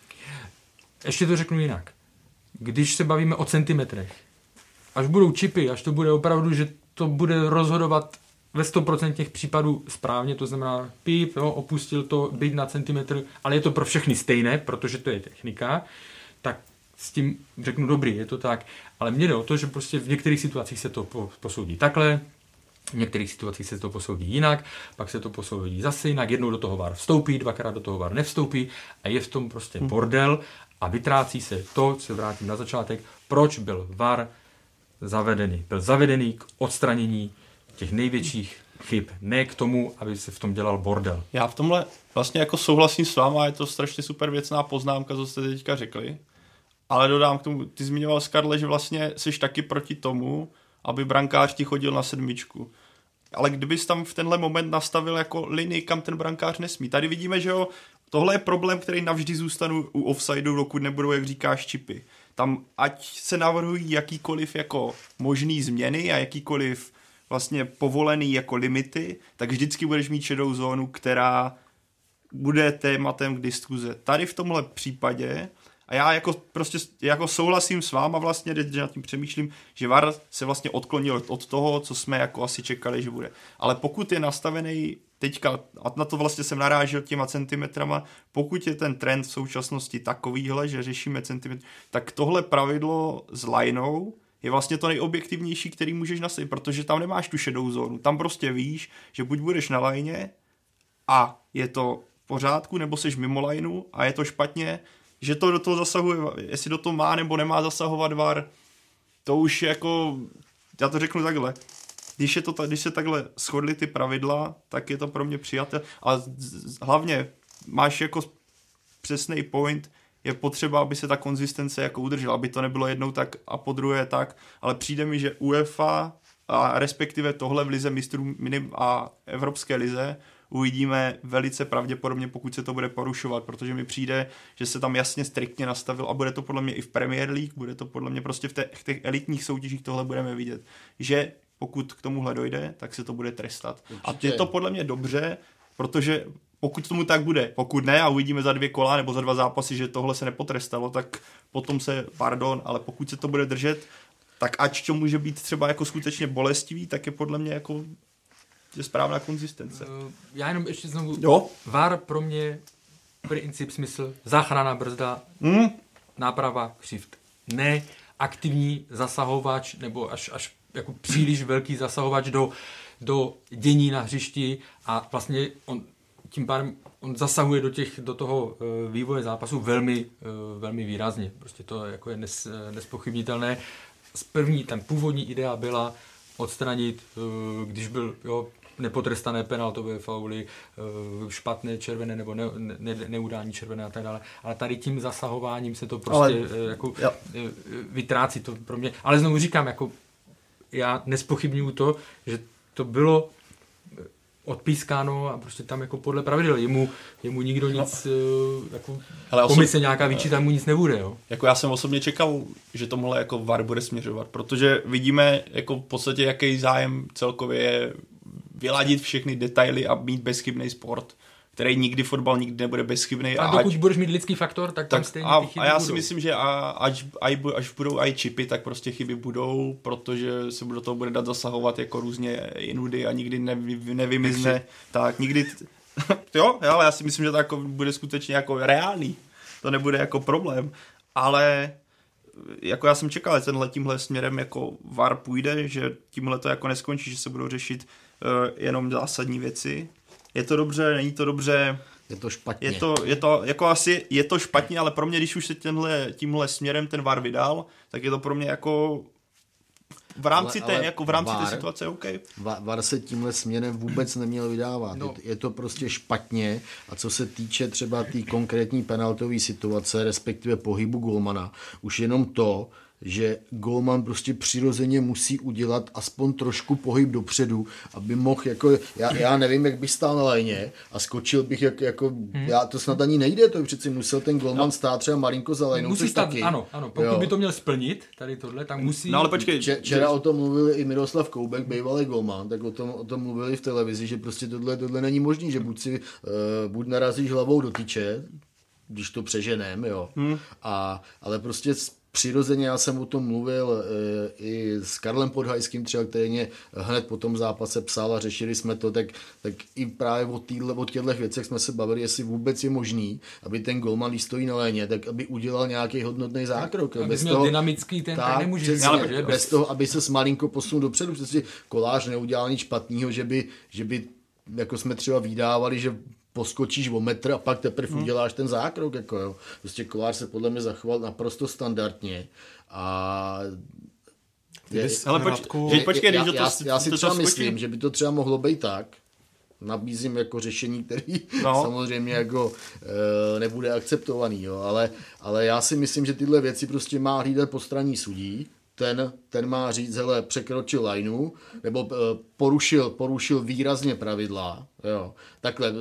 ještě to řeknu jinak. Když se bavíme o centimetrech, až budou čipy, až to bude opravdu, že to bude rozhodovat ve sto procent těch případů správně, to znamená píp, jo, opustil to, byť na centimetr, ale je to pro všechny stejné, protože to je technika, tak s tím řeknu dobrý, je to tak, ale mně jde o to, že prostě v některých situacích se to posoudí takhle, v některých situacích se to posoudí jinak, pak se to posoudí zase jinak, jednou do toho V A R vstoupí, dvakrát do toho V A R nevstoupí a je v tom prostě bordel a vytrácí se to, co se vrátím na začátek, proč byl V A R zavedený. Byl zavedený k odstranění těch největších chyb, ne k tomu, aby se v tom dělal bordel. Já v tomhle vlastně jako souhlasím s váma, je to strašně super věcná poznámka, co jste teďka řekli. Ale dodám k tomu, ty zmiňoval Karle, že vlastně jsi taky proti tomu, aby brankář ti chodil na sedmičku. Ale kdybys tam v tenhle moment nastavil jako linii, kam ten brankář nesmí. Tady vidíme, že jo, tohle je problém, který navždy zůstanu u offsideu, dokud nebudou, jak říkáš, čipy. Tam ať se navrhují jakýkoliv jako možný změny a jakýkoliv vlastně povolený jako limity, tak vždycky budeš mít šedou zónu, která bude tématem k diskuze. Tady v tomhle případě a já jako prostě jako souhlasím s váma vlastně, že nad tím přemýšlím, že V A R se vlastně odklonil od toho, co jsme jako asi čekali, že bude. Ale pokud je nastavený teďka, a na to vlastně jsem narážel těma centimetrama, pokud je ten trend v současnosti takovýhle, že řešíme centimetry, tak tohle pravidlo s lineou je vlastně to nejobjektivnější, který můžeš nastavit, protože tam nemáš tu šedou zónu. Tam prostě víš, že buď budeš na lajně a je to v pořádku, nebo seš mimo lajnu a je to špatně, že to do toho zasahuje, jestli do toho má nebo nemá zasahovat V A R, to už jako, já to řeknu takhle, když, je to, když se takhle shodly ty pravidla, tak je to pro mě přijatel, a hlavně máš jako přesný point, je potřeba, aby se ta konzistence jako udržela, aby to nebylo jednou tak a po druhé tak, ale přijde mi, že UEFA a respektive tohle v lize mistrů a Evropské lize uvidíme velice pravděpodobně, pokud se to bude porušovat, protože mi přijde, že se tam jasně striktně nastavil a bude to podle mě i v Premier League, bude to podle mě prostě v, te, v těch elitních soutěžích tohle budeme vidět, že pokud k tomuhle dojde, tak se to bude trestat. Určitě. A je to podle mě dobře, protože pokud tomu tak bude, pokud ne a uvidíme za dvě kola nebo za dva zápasy, že tohle se nepotrestalo, tak potom se, pardon, ale pokud se to bude držet, tak ať to může být třeba jako skutečně bolestivý, tak je podle mě jako je správná konzistence. Uh, já jenom ještě znovu, jo? V A R pro mě princip, smysl, záchrana, brzda, hmm? náprava, křivd. Ne aktivní zasahovač nebo až, až jako příliš velký zasahovač do, do dění na hřišti a vlastně on tím pádem on zasahuje do, těch, do toho uh, vývoje zápasu velmi, uh, velmi výrazně. Prostě to jako je nes, nespochybnitelné. Z první, ten původní idea byla odstranit, uh, když byl jo, nepotrestané penaltové fauly, uh, špatné červené nebo ne, ne, neudání červené a tak dále. Ale tady tím zasahováním se to prostě ale, uh, jako, uh, vytrácí to pro mě. Ale znovu říkám, jako já nespochybnuju to, že to bylo odpískáno a prostě tam jako podle pravidel. Jemu, jemu nikdo nic, no. jako hele, komise osob... nějaká vyčítá, mu nic nebude. Jo? Jako já jsem osobně čekal, že tomuhle jako V A R bude směřovat, protože vidíme jako v podstatě, jaký zájem celkově je vyladit všechny detaily a mít bezchybný sport, který nikdy fotbal nikdy nebude bezchybný. A, a dokud ať, budeš mít lidský faktor, tak, tak tam stejně a, ty chyby A já budou. si myslím, že a, až, až, až budou i čipy, tak prostě chyby budou, protože se do toho bude dát zasahovat jako různě jinudy a nikdy nevy, nevymizne. Tak nikdy, jo, ale já si myslím, že to jako bude skutečně jako reálný. To nebude jako problém, ale jako já jsem čekal, že tenhle tímhle směrem jako V A R půjde, že tímhle to jako neskončí, že se budou řešit uh, jenom zásadní věci. Je to dobře, není to dobře. Je to špatně. Je to, je to, jako asi je to špatně, ale pro mě, když už se tenhle, tímhle směrem ten V A R vydal, tak je to pro mě jako v rámci, ale, té, ale jako v rámci V A R, té situace OK. V A R se tímhle směrem vůbec neměl vydávat. No. Je, je to prostě špatně a co se týče třeba té tý konkrétní penaltové situace, respektive pohybu golmana, už jenom to, že golman prostě přirozeně musí udělat aspoň trošku pohyb dopředu, aby mohl jako, já, já nevím, jak bych stál na lajně a skočil bych jak, jako, hmm. já, to snad ani nejde, to by přeci musel ten golman no. stát třeba malinko za lajnou. Musí stát, taky. Ano, ano, pokud jo. by to měl splnit, tady tohle, tak musí. No ale počkej. Če, včera o tom mluvili i Miroslav Koubek, bývalý golman, tak o tom, o tom mluvili v televizi, že prostě tohle, tohle není možný, že buď si, uh, buď narazíš hlavou do tyče, když to přeženem, jo, hmm. a, ale prostě přirozeně, já jsem o tom mluvil e, i s Karlem Podhajským třeba, který mě hned po tom zápase psal a řešili jsme to, tak, tak i právě o, týhle, o těchto věcech jsme se bavili, jestli vůbec je možný, aby ten golman, když stojí na léně, tak aby udělal nějaký hodnotný zákrok. Aby bez měl toho, dynamický, ten tak nemůže. Přesně, ale bez, bez toho, aby se malinko posunul dopředu, protože Kolář neudělal nic špatného, že by, že by, jako jsme třeba vydávali, že poskočíš o metr a pak teprve hmm. uděláš ten zákrok. Jako jo. Prostě Kolář se podle mě zachoval naprosto standardně. A je, ale poč, je, počkej, já, když já, to, já si to třeba skočí. myslím, že by to třeba mohlo být tak, nabízím jako řešení, který no. samozřejmě jako e, nebude akceptovaný, jo. Ale, ale já si myslím, že tyhle věci prostě má hlídat postranní sudí. Ten, ten má říct, hele, překročil lineu, nebo uh, porušil, porušil výrazně pravidla, jo. Takhle,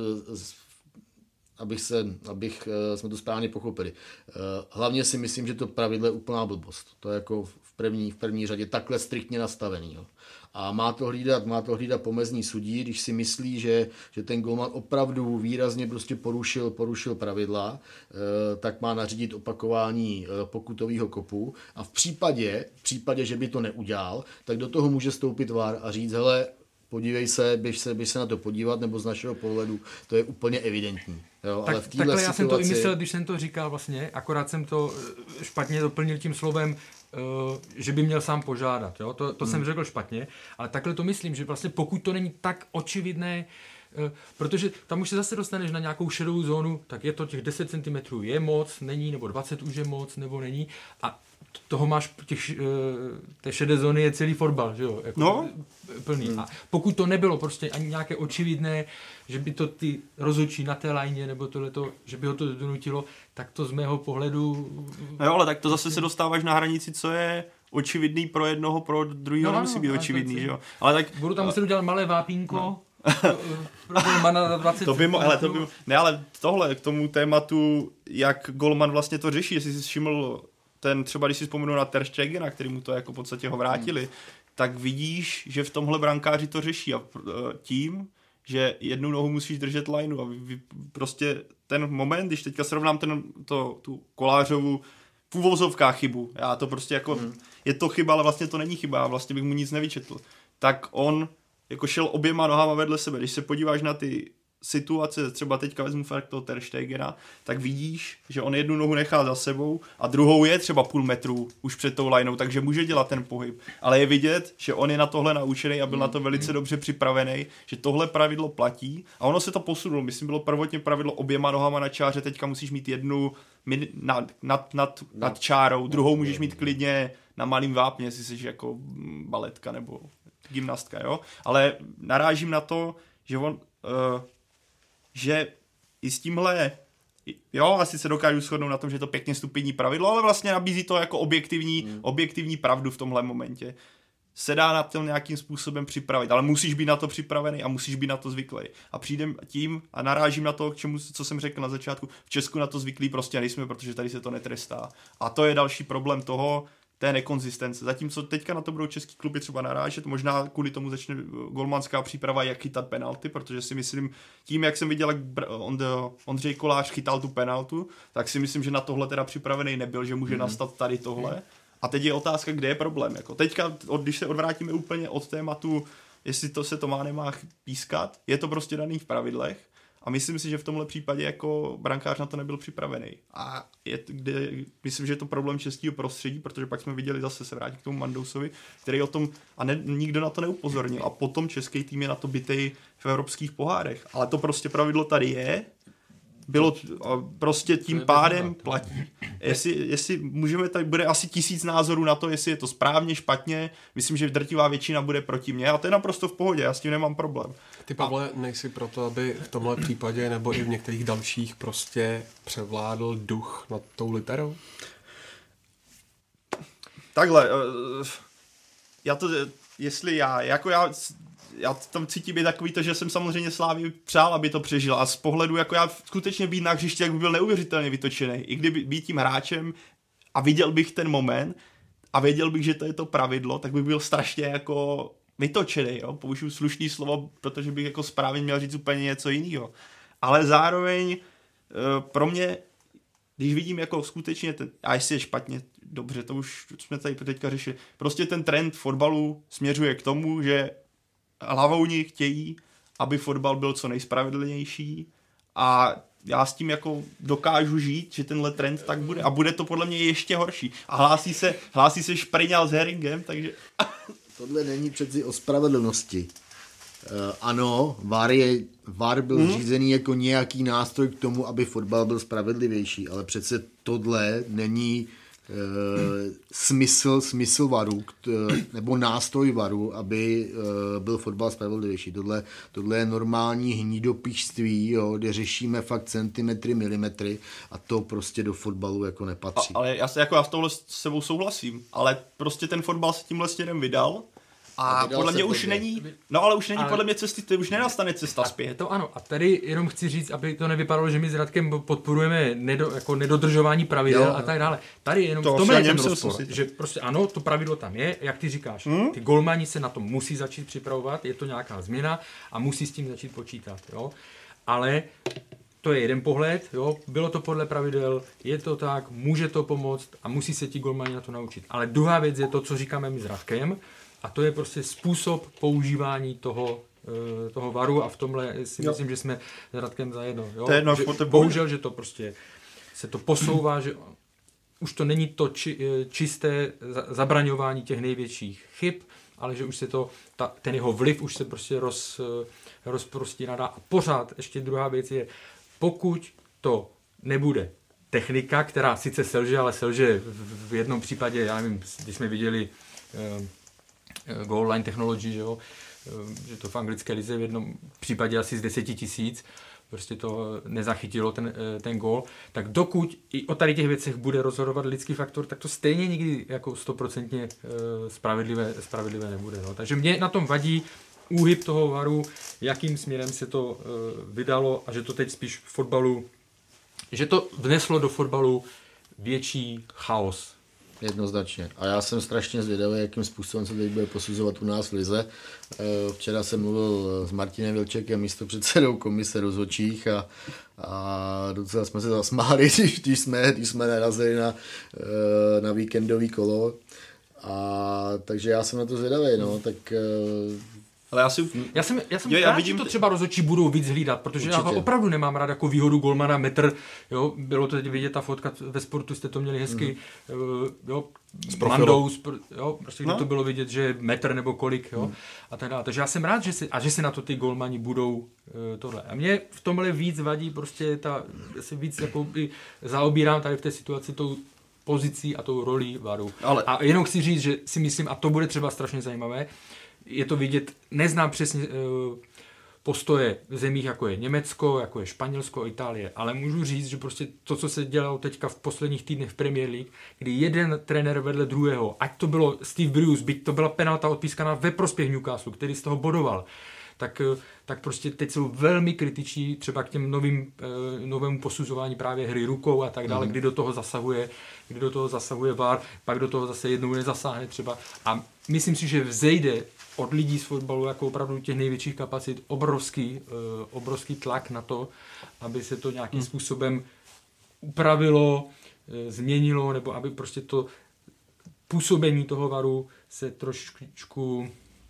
abych se, abych, uh, jsme to správně pochopili. Uh, hlavně si myslím, že to pravidlo je úplná blbost. To je jako v první, v první řadě takhle striktně nastavený, jo. A má to hlídat, má to hlídat pomezní sudí, když si myslí, že, že ten golman opravdu výrazně prostě porušil, porušil pravidla, e, tak má nařídit opakování e, pokutového kopu a v případě, v případě, že by to neudělal, tak do toho může stoupit V A R a říct, hele, podívej se, běž se, běž se na to podívat, nebo z našeho pohledu, to je úplně evidentní. Jo, tak, ale v takhle situaci... já jsem to i myslel, když jsem to říkal vlastně, akorát jsem to špatně doplnil tím slovem, Uh, že by měl sám požádat. Jo? To, to hmm. jsem řekl špatně, ale takhle to myslím, že vlastně pokud to není tak očividné protože tam už se zase dostaneš na nějakou šedou zónu, tak je to těch deset centimetrů je moc, není, nebo dvacet už je moc, nebo není. A toho máš, těch, té šedé zóny je celý fotbal, že jo? Jako no. Plný. Hmm. A pokud to nebylo prostě ani nějaké očividné, že by to ty rozhodčí na té lajně, nebo tohleto, že by ho to donutilo, tak to z mého pohledu... No jo, ale tak to zase se dostáváš na hranici, co je očividný pro jednoho, pro druhého no, nemusí být očividný, že jo? Ale tak... Budu tam muset udělat malé vápínko, no. to by mo- ale to by, ne, ale tohle k tomu tématu, jak golman vlastně to řeší, jestli jsi všiml ten třeba, když si vzpomenu na Ter Stegena, který mu to jako v podstatě ho vrátili, hmm. tak vidíš, že v tomhle brankáři to řeší a tím, že jednu nohu musíš držet lineu a vy, prostě ten moment, když teďka srovnám ten, to, tu Kolářovu v uvozovkách chybu, já to prostě jako, hmm. je to chyba, ale vlastně to není chyba, vlastně bych mu nic nevyčetl, tak on jako šel oběma nohama vedle sebe. Když se podíváš na ty situace, třeba teďka vezmu fakt toho Ter Stegena, tak vidíš, že on jednu nohu nechá za sebou a druhou je třeba půl metru už před tou lineou, takže může dělat ten pohyb. Ale je vidět, že on je na tohle naučený a byl na to velice dobře připravený, že tohle pravidlo platí a ono se to posunulo. Myslím, bylo prvotně pravidlo oběma nohama na čáře, teďka musíš mít jednu nad, nad, nad, nad čárou, druhou můžeš mít klidně na malým vápně, jestli jsi jako baletka nebo gymnastka, jo? Ale narážím na to, že on... Uh, že i s tímhle, jo, asi se dokážu shodnout na tom, že je to pěkně stupidní pravidlo, ale vlastně nabízí to jako objektivní, hmm. objektivní pravdu v tomhle momentě. Se dá na to nějakým způsobem připravit, ale musíš být na to připravený a musíš být na to zvyklý. A přijdem tím a narážím na to, k čemu, co jsem řekl na začátku, v Česku na to zvyklí prostě nejsme, protože tady se to netrestá. A to je další problém toho, té nekonzistence. Zatímco teďka na to budou český kluby třeba narážet, možná kvůli tomu začne golmanská příprava, jak chytat penalty, protože si myslím, tím, jak jsem viděl, jak Ondřej Kolář chytal tu penaltu, tak si myslím, že na tohle teda připravený nebyl, že může mm. nastat tady tohle. A teď je otázka, kde je problém. Jako teďka, když se odvrátíme úplně od tématu, jestli to se to má, nemá pískat, je to prostě daný v pravidlech. A myslím si, že v tomhle případě jako brankář na to nebyl připravený. A je, kde, myslím, že je to problém českého prostředí, protože pak jsme viděli zase se vrátit k tomu Mandousovi, který o tom, a ne, nikdo na to neupozornil. A potom český tým je na to bitej v evropských pohárech. Ale to prostě pravidlo tady je, bylo prostě tím pádem platí. Jestli, jestli můžeme, tady bude asi tisíc názorů na to, jestli je to správně, špatně. Myslím, že drtivá většina bude proti mně a to je naprosto v pohodě, já s tím nemám problém. Ty, Pavle, nejsi proto, aby v tomhle případě nebo i v některých dalších prostě převládl duch nad tou literou? Takhle, já to, jestli já, jako já... já tam cítím být takový to, že jsem samozřejmě Slávii přál, aby to přežil a z pohledu, jako já skutečně být na hřišti, jak by byl neuvěřitelně vytočený. I kdyby být tím hráčem a viděl bych ten moment a věděl bych, že to je to pravidlo, tak bych byl strašně jako vytočený, jo. Použiju slušný slovo, protože bych jako správně měl říct úplně něco jiného. Ale zároveň pro mě, když vidím jako skutečně ten, a jestli je špatně, dobře, to už jsme tady teďka řešili, prostě ten trend fotbalu směřuje k tomu, že hlavouni chtějí, aby fotbal byl co nejspravedlnější a já s tím jako dokážu žít, že tenhle trend tak bude a bude to podle mě ještě horší. A hlásí se, hlásí se Špriňal s Heringem, takže... Tohle není přeci o spravedlnosti. Uh, ano, VAR, je, VAR byl hmm? zřízený jako nějaký nástroj k tomu, aby fotbal byl spravedlivější, ale přece tohle není Uh, smysl, smysl varu, nebo nástroj varu, aby uh, byl fotbal spravedlivější. Tohle, tohle je normální hnídopíšství, jo, kde řešíme fakt centimetry, milimetry a to prostě do fotbalu jako nepatří. A, ale já se jako já s touhle s sebou souhlasím, ale prostě ten fotbal se tímhle stěnem vydal a, a podle mě už není, no ale už není ale... podle mě cesty, to už nenastane cesta zpět. To ano, a tady jenom chci říct, aby to nevypadalo, že my s Radkem podporujeme nedo, jako nedodržování pravidel jo. a tak dále. Tady jenom to v tom je ten rozpor, že prostě ano, to pravidlo tam je, jak ty říkáš, hmm? ty golmani se na to musí začít připravovat, je to nějaká změna a musí s tím začít počítat, jo. Ale to je jeden pohled, jo, bylo to podle pravidel, je to tak, může to pomoct a musí se ti golmani na to naučit. Ale druhá věc je to, co říkáme my s Radkem, a to je prostě způsob používání toho, toho varu a v tomhle si jo. myslím, že jsme s Radkem zajedno. Jo? To je jedno, že, to bohužel, že to prostě se to posouvá, že už to není to či, čisté zabraňování těch největších chyb, ale že už se to, ta, ten jeho vliv už se prostě roz, rozprostírá. A pořád ještě druhá věc je, pokud to nebude technika, která sice selže, ale selže v jednom případě, já nevím, když jsme viděli uh, goal line technology, že, jo, uh, že to v anglické lize v jednom případě asi z deseti tisíc, prostě to nezachytilo ten, ten gól, tak dokud i o tady těch věcech bude rozhodovat lidský faktor, tak to stejně nikdy jako stoprocentně spravedlivé, spravedlivé nebude. No. Takže mě na tom vadí úhyb toho varu, jakým směrem se to vydalo a že to teď spíš v fotbalu, že to vneslo do fotbalu větší chaos. Jednoznačně. A já jsem strašně zvědavý, jakým způsobem se teď bude posuzovat u nás v lize. Včera jsem mluvil s Martinem Vilčekem, místopředsedou komise rozhodčích a, a docela jsme se zasmáli, když, když, jsme, když jsme narazili na, na víkendový kolo. A, takže já jsem na to zvědavý. No. Tak, ale já, si... já jsem, já jsem jo, rád, já vidím... že to třeba rozhodčí budou víc hlídat, protože určitě. Já opravdu nemám rád jako výhodu golmana metr, jo, bylo to teď vidět, ta fotka ve Sportu, jste to měli hezky, mm. jo, s Mandou, jo, prostě no. To bylo vidět, že metr nebo kolik, jo, mm. a tak dále. Takže já jsem rád, že si, a že si na to ty golmani budou uh, tohle. A mě v tomhle víc vadí prostě ta, já se víc jako by zaobírám tady v té situaci tou pozicí a tou rolí varu. Ale... A jenom chci říct, že si myslím, a to bude třeba strašně zajímavé, je to vidět, neznám přesně uh, postoje v zemích, jako je Německo, jako je Španělsko, Itálie, ale můžu říct, že prostě to, co se dělalo teďka v posledních týdnech v Premier League, kdy jeden trenér vedle druhého, ať to bylo Steve Bruce, byť to byla penalta odpískaná ve prospěch Newcastle, který z toho bodoval, tak, tak prostě teď jsou velmi kritičtí třeba k těm novým, uh, novému posuzování právě hry rukou a tak dále, mm. kdy do toho zasahuje, kdy do toho zasahuje V A R, pak do toho zase jednou nezasáhne třeba. A myslím si, že vzejde od lidí z fotbalu jako opravdu těch největších kapacit obrovský, uh, obrovský tlak na to, aby se to nějakým mm. způsobem upravilo, uh, změnilo, nebo aby prostě to působení toho varu se trošičku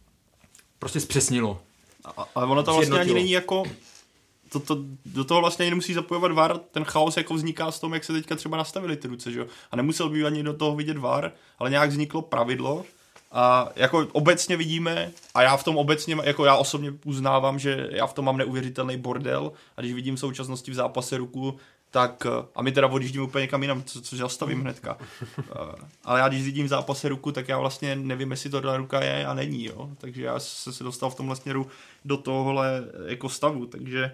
prostě zpřesnilo. Ale ono to vlastně ani není jako, to, to, do toho vlastně ani nemusí zapojovat V A R, ten chaos jako vzniká z tom, jak se teďka třeba nastavili ty ruce, že jo? A nemusel by ani do toho vidět V A R, ale nějak vzniklo pravidlo a jako obecně vidíme, a já v tom obecně, jako já osobně uznávám, že já v tom mám neuvěřitelný bordel a když vidím v současnosti v zápase ruku, tak, a my teda odjíždíme úplně někam jinam, co, což zastavím hnedka. Ale já když vidím v zápase ruku, tak já vlastně nevím, jestli to ruka je a není, jo. Takže já jsem se dostal v tomhle směru do tohohle jako stavu, takže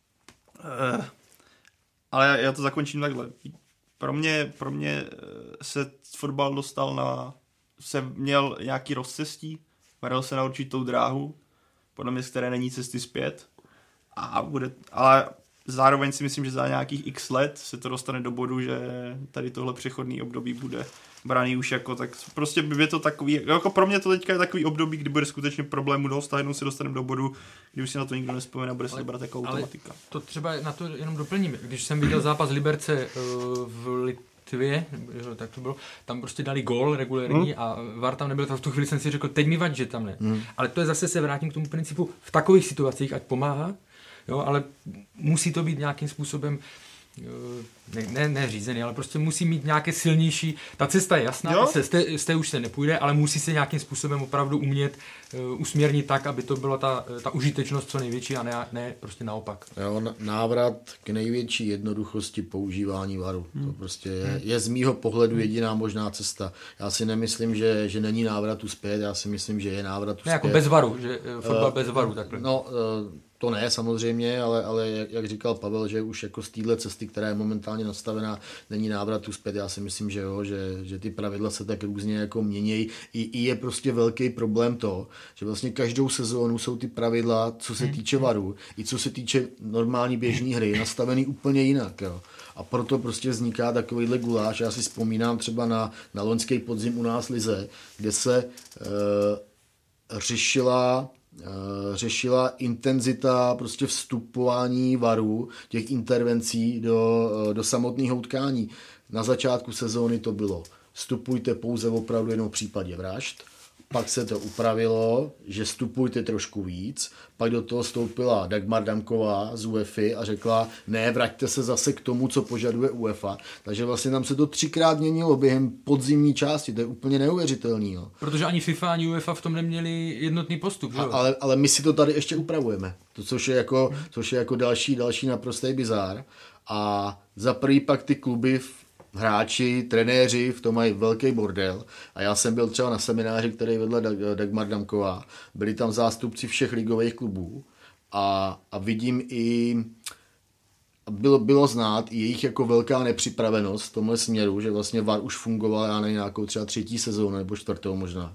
ale já to zakončím takhle. Pro mě, pro mě se fotbal dostal na, se měl nějaký rozcestí, vydal se na určitou dráhu, podle mě z které není cesty zpět, a bude, ale zároveň si myslím, že za nějakých x let se to dostane do bodu, že tady tohle přechodný období bude braný už jako tak, prostě by to takový, jako pro mě to teďka je takový období, kdy bude skutečně problémů dost a jednou se dostaneme do bodu, kdy už si na to nikdo nespomene, bude se to brát jako automatika. Ale to třeba na to jenom doplním, když jsem viděl zápas Liberce uh, v Litvě, tak to bylo, tam prostě dali gól regulérní hmm. a V A R tam nebyl, v tu chvíli jsem si řekl, teď mi vadí, že tam ne. Hmm. Ale to je zase, se vrátím k tomu principu, v takových situacích, ať pomáhá, jo, ale musí to být nějakým způsobem ne, ne, ne řízený, ale prostě musí mít nějaké silnější, ta cesta je jasná, z té, z té už se nepůjde, ale musí se nějakým způsobem opravdu umět uh, usměrnit tak, aby to byla ta, ta užitečnost co největší a ne, ne prostě naopak. Jo, návrat k největší jednoduchosti používání varu. Hmm. To prostě je, je z mýho pohledu jediná možná cesta. Já si nemyslím, že, že není návratu zpět, já si myslím, že je návratu zpět. Ne, jako bez varu, že fotbal uh, bez varu takhle. No, uh, to ne samozřejmě, ale, ale jak, jak říkal Pavel, že už jako z téhle cesty, která je momentálně nastavená, není návratu zpět. Já si myslím, že jo, že, že ty pravidla se tak různě jako měnějí. I, I je prostě velký problém to, že vlastně každou sezónu jsou ty pravidla, co se týče varu, i co se týče normální běžné hry, nastavený úplně jinak. Jo. A proto prostě vzniká takovýhle guláš. Já si vzpomínám třeba na, na loňský podzim u nás lize, kde se e, řešila řešila intenzita prostě vstupování varů, těch intervencí do, do samotného utkání. Na začátku sezóny to bylo vstupujte pouze opravdu jenom v případě vražd, pak se to upravilo, že vstupujte trošku víc, pak do toho vstoupila Dagmar Damková z UEFA a řekla, ne, vraťte se zase k tomu, co požaduje UEFA. Takže vlastně tam se to třikrát měnilo během podzimní části, to je úplně neuvěřitelný. Jo. Protože ani FIFA, ani UEFA v tom neměli jednotný postup. A, ale, ale my si to tady ještě upravujeme, to, což je jako, což je jako další, další naprostý bizár. A za prvý pak ty kluby, hráči, trenéři v tom mají velký bordel a já jsem byl třeba na semináři, který vedla Dagmar Damková. Byli tam zástupci všech ligových klubů a, a vidím i, bylo, bylo znát i jejich jako velká nepřipravenost v tomhle směru, že vlastně V A R už fungoval, já nevím, nějakou třeba třetí sezónu nebo čtvrtou možná.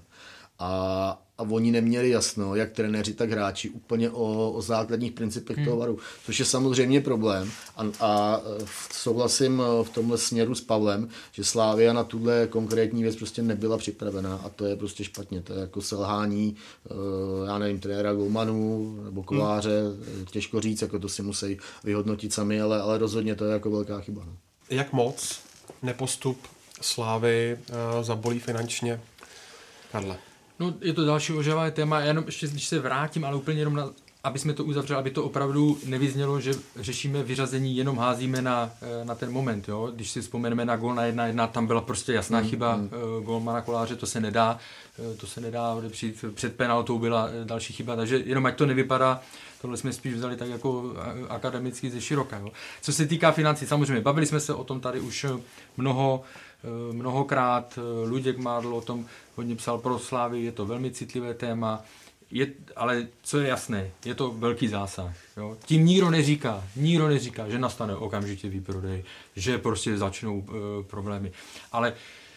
A, a oni neměli jasno, jak trenéři, tak hráči, úplně o, o základních principech hmm. toho V ARu, což je samozřejmě problém. A, a souhlasím v tomhle směru s Pavlem, že Slavia na tuhle konkrétní věc prostě nebyla připravená a to je prostě špatně. To je jako selhání, já nevím, trenéra golmanů nebo kováře, hmm. těžko říct, jako to si musí vyhodnotit sami, ale, ale rozhodně to je jako velká chyba. No. Jak moc nepostup Slávy uh, zabolí finančně? Karle. No, je to další ožavé téma, já jenom ještě, když se vrátím, ale úplně jenom na, aby jsme to uzavřeli, aby to opravdu nevyznělo, že řešíme vyřazení, jenom házíme na, na ten moment, jo. Když si vzpomeneme na gól na jedna jedna, tam byla prostě jasná mm, chyba mm. golmana Koláře, to se nedá, to se nedá odepřít, před penaltou byla další chyba, takže jenom ať to nevypadá, tohle jsme spíš vzali tak jako akademicky ze široka, jo. Co se týká financí, samozřejmě, bavili jsme se o tom tady už mnoho, mnohokrát, Luděk Mádl o tom hodně psal pro Slávy, je to velmi citlivé téma, je, ale co je jasné, je to velký zásah. Jo? Tím nikdo neříká, nikdo neříká, že nastane okamžitě výprodej, že prostě začnou e, problémy. Ale,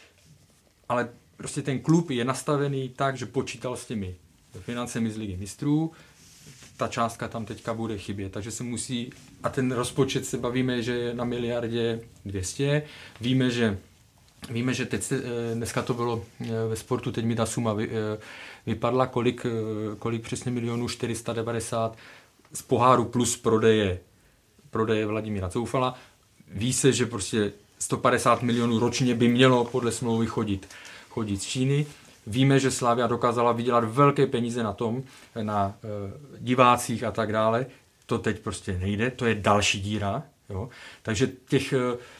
ale prostě ten klub je nastavený tak, že počítal s těmi financemi z Ligy mistrů, ta částka tam teďka bude chybět, takže se musí, a ten rozpočet se bavíme, že je na miliardě dvě stě, víme, že Víme, že teď se, dneska to bylo ve sportu, teď mi ta suma vy, vypadla, kolik, kolik přesně milionů, čtyři sta devadesát z poháru plus prodeje, prodeje Vladimíra Coufala. Ví se, že prostě sto padesát milionů ročně by mělo podle smlouvy chodit, chodit z Číny. Víme, že Slavia dokázala vydělat velké peníze na tom, na divácích a tak dále. To teď prostě nejde, to je další díra. Jo? Takže těch...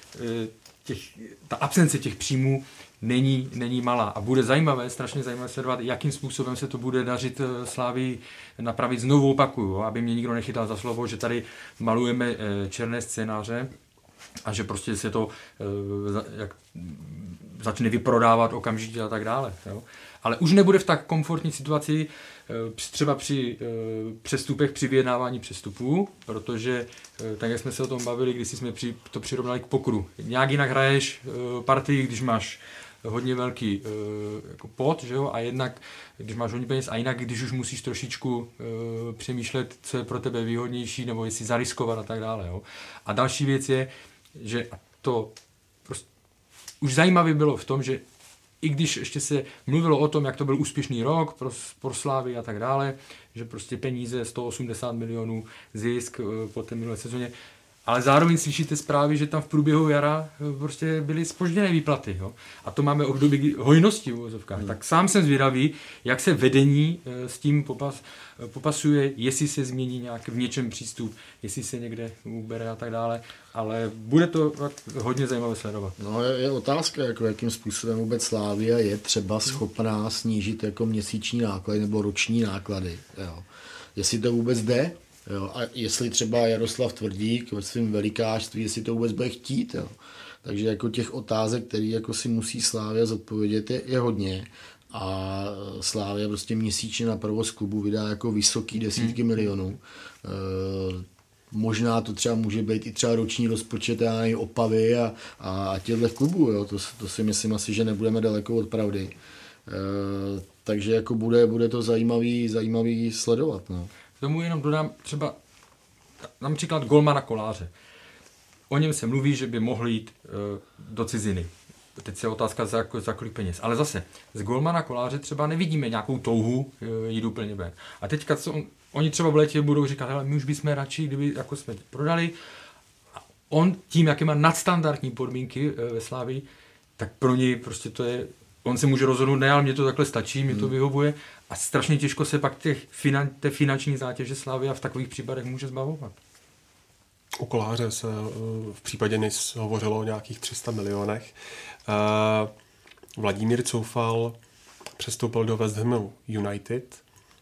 Těch, ta absence těch příjmů není, není malá a bude zajímavé, strašně zajímavé sledovat, jakým způsobem se to bude dařit Slávii napravit. Znovu opakuju, aby mě nikdo nechytal za slovo, že tady malujeme černé scénáře a že prostě se to jak, začne vyprodávat okamžitě a tak dále. Jo. Ale už nebude v tak komfortní situaci třeba při přestupech, při vyjednávání přestupů, protože tak, jak jsme se o tom bavili, když jsme při, to přirovnali k pokru. Nějak jinak hraješ partii, když máš hodně velký jako pot, že jo, a jednak, když máš hodně peněz, a jinak, když už musíš trošičku přemýšlet, co je pro tebe výhodnější, nebo jestli zariskovat a tak dále. Jo. A další věc je, že to prostě už zajímavé bylo v tom, že i když ještě se mluvilo o tom, jak to byl úspěšný rok pro, pro Slávy a tak dále, že prostě peníze, sto osmdesát milionů zisk po té minulé sezóně, ale zároveň slyšíte zprávy, že tam v průběhu jara prostě byly zpožděné výplaty. Jo? A to máme období hojnosti v uvozovkách. Hmm. Tak sám jsem zvědavý, jak se vedení s tím popas, popasuje, jestli se změní nějak v něčem přístup, jestli se někde ubere a tak dále. Ale bude to hodně zajímavé sledovat. No je, je otázka, jako jakým způsobem vůbec Slavia je třeba schopná snížit jako měsíční náklady nebo roční náklady. Jo? Jestli to vůbec jde, jo? A jestli třeba Jaroslav Tvrdík ve svém velikářství, jestli to vůbec bude chtít. Jo? Takže jako těch otázek, které jako si musí Slavia zodpovědět, je, je hodně. A Slavia prostě měsíčně na provoz klubu vydá jako vysoký desítky hmm. milionů. E, možná to třeba může být i třeba roční rozpočet a nevím, Opavy a, a těchto klubů. Jo? To, to si myslím asi, že nebudeme daleko od pravdy. E, takže jako bude, bude to zajímavý, zajímavý sledovat. No. Tomu jenom dodám třeba například golmana Koláře. O něm se mluví, že by mohl jít e, do ciziny. Teď se otázka za, za kolik peněz. Ale zase, z golmana Koláře třeba nevidíme nějakou touhu e, jít úplně ven. A teďka co on, oni třeba v létě budou říkat, hele, my už bychom radši, kdyby jako jsme prodali. A on tím, jaké má nadstandardní podmínky e, ve Slavii, tak pro něj prostě to je on se může rozhodnout, ne, ale mě to takhle stačí, mě to vyhovuje a strašně těžko se pak těch finan, té finanční zátěže Slavia v takových případech může zbavovat. U Koláře se v případě Nice hovořilo o nějakých tři sta milionech. Vladimír Coufal přestoupil do West Hamu United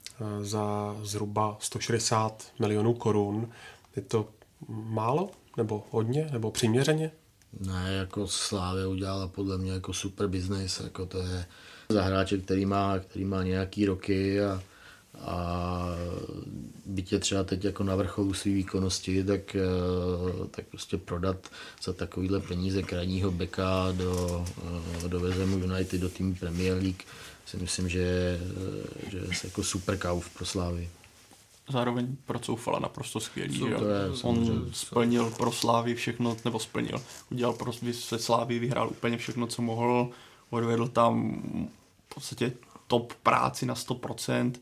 za zhruba sto šedesát milionů korun. Je to málo? Nebo hodně? Nebo přiměřeně? Ne, jako Slavia udělala podle mě jako super business. Jako to je za hráče, který má, který má nějaký roky a a byť je třeba teď jako na vrcholu své výkonnosti, tak, tak prostě prodat za takovýhle peníze krajního beka do, do West Hamu United, do týmu Premier League, si myslím, že, že je jako super kauf pro Slávy. Zároveň pro Coufala naprosto skvělý. Je, on splnil pro Slávy všechno, nebo splnil, udělal pro se Slávy, vyhrál úplně všechno, co mohl, odvedl tam v podstatě top práci na sto procent,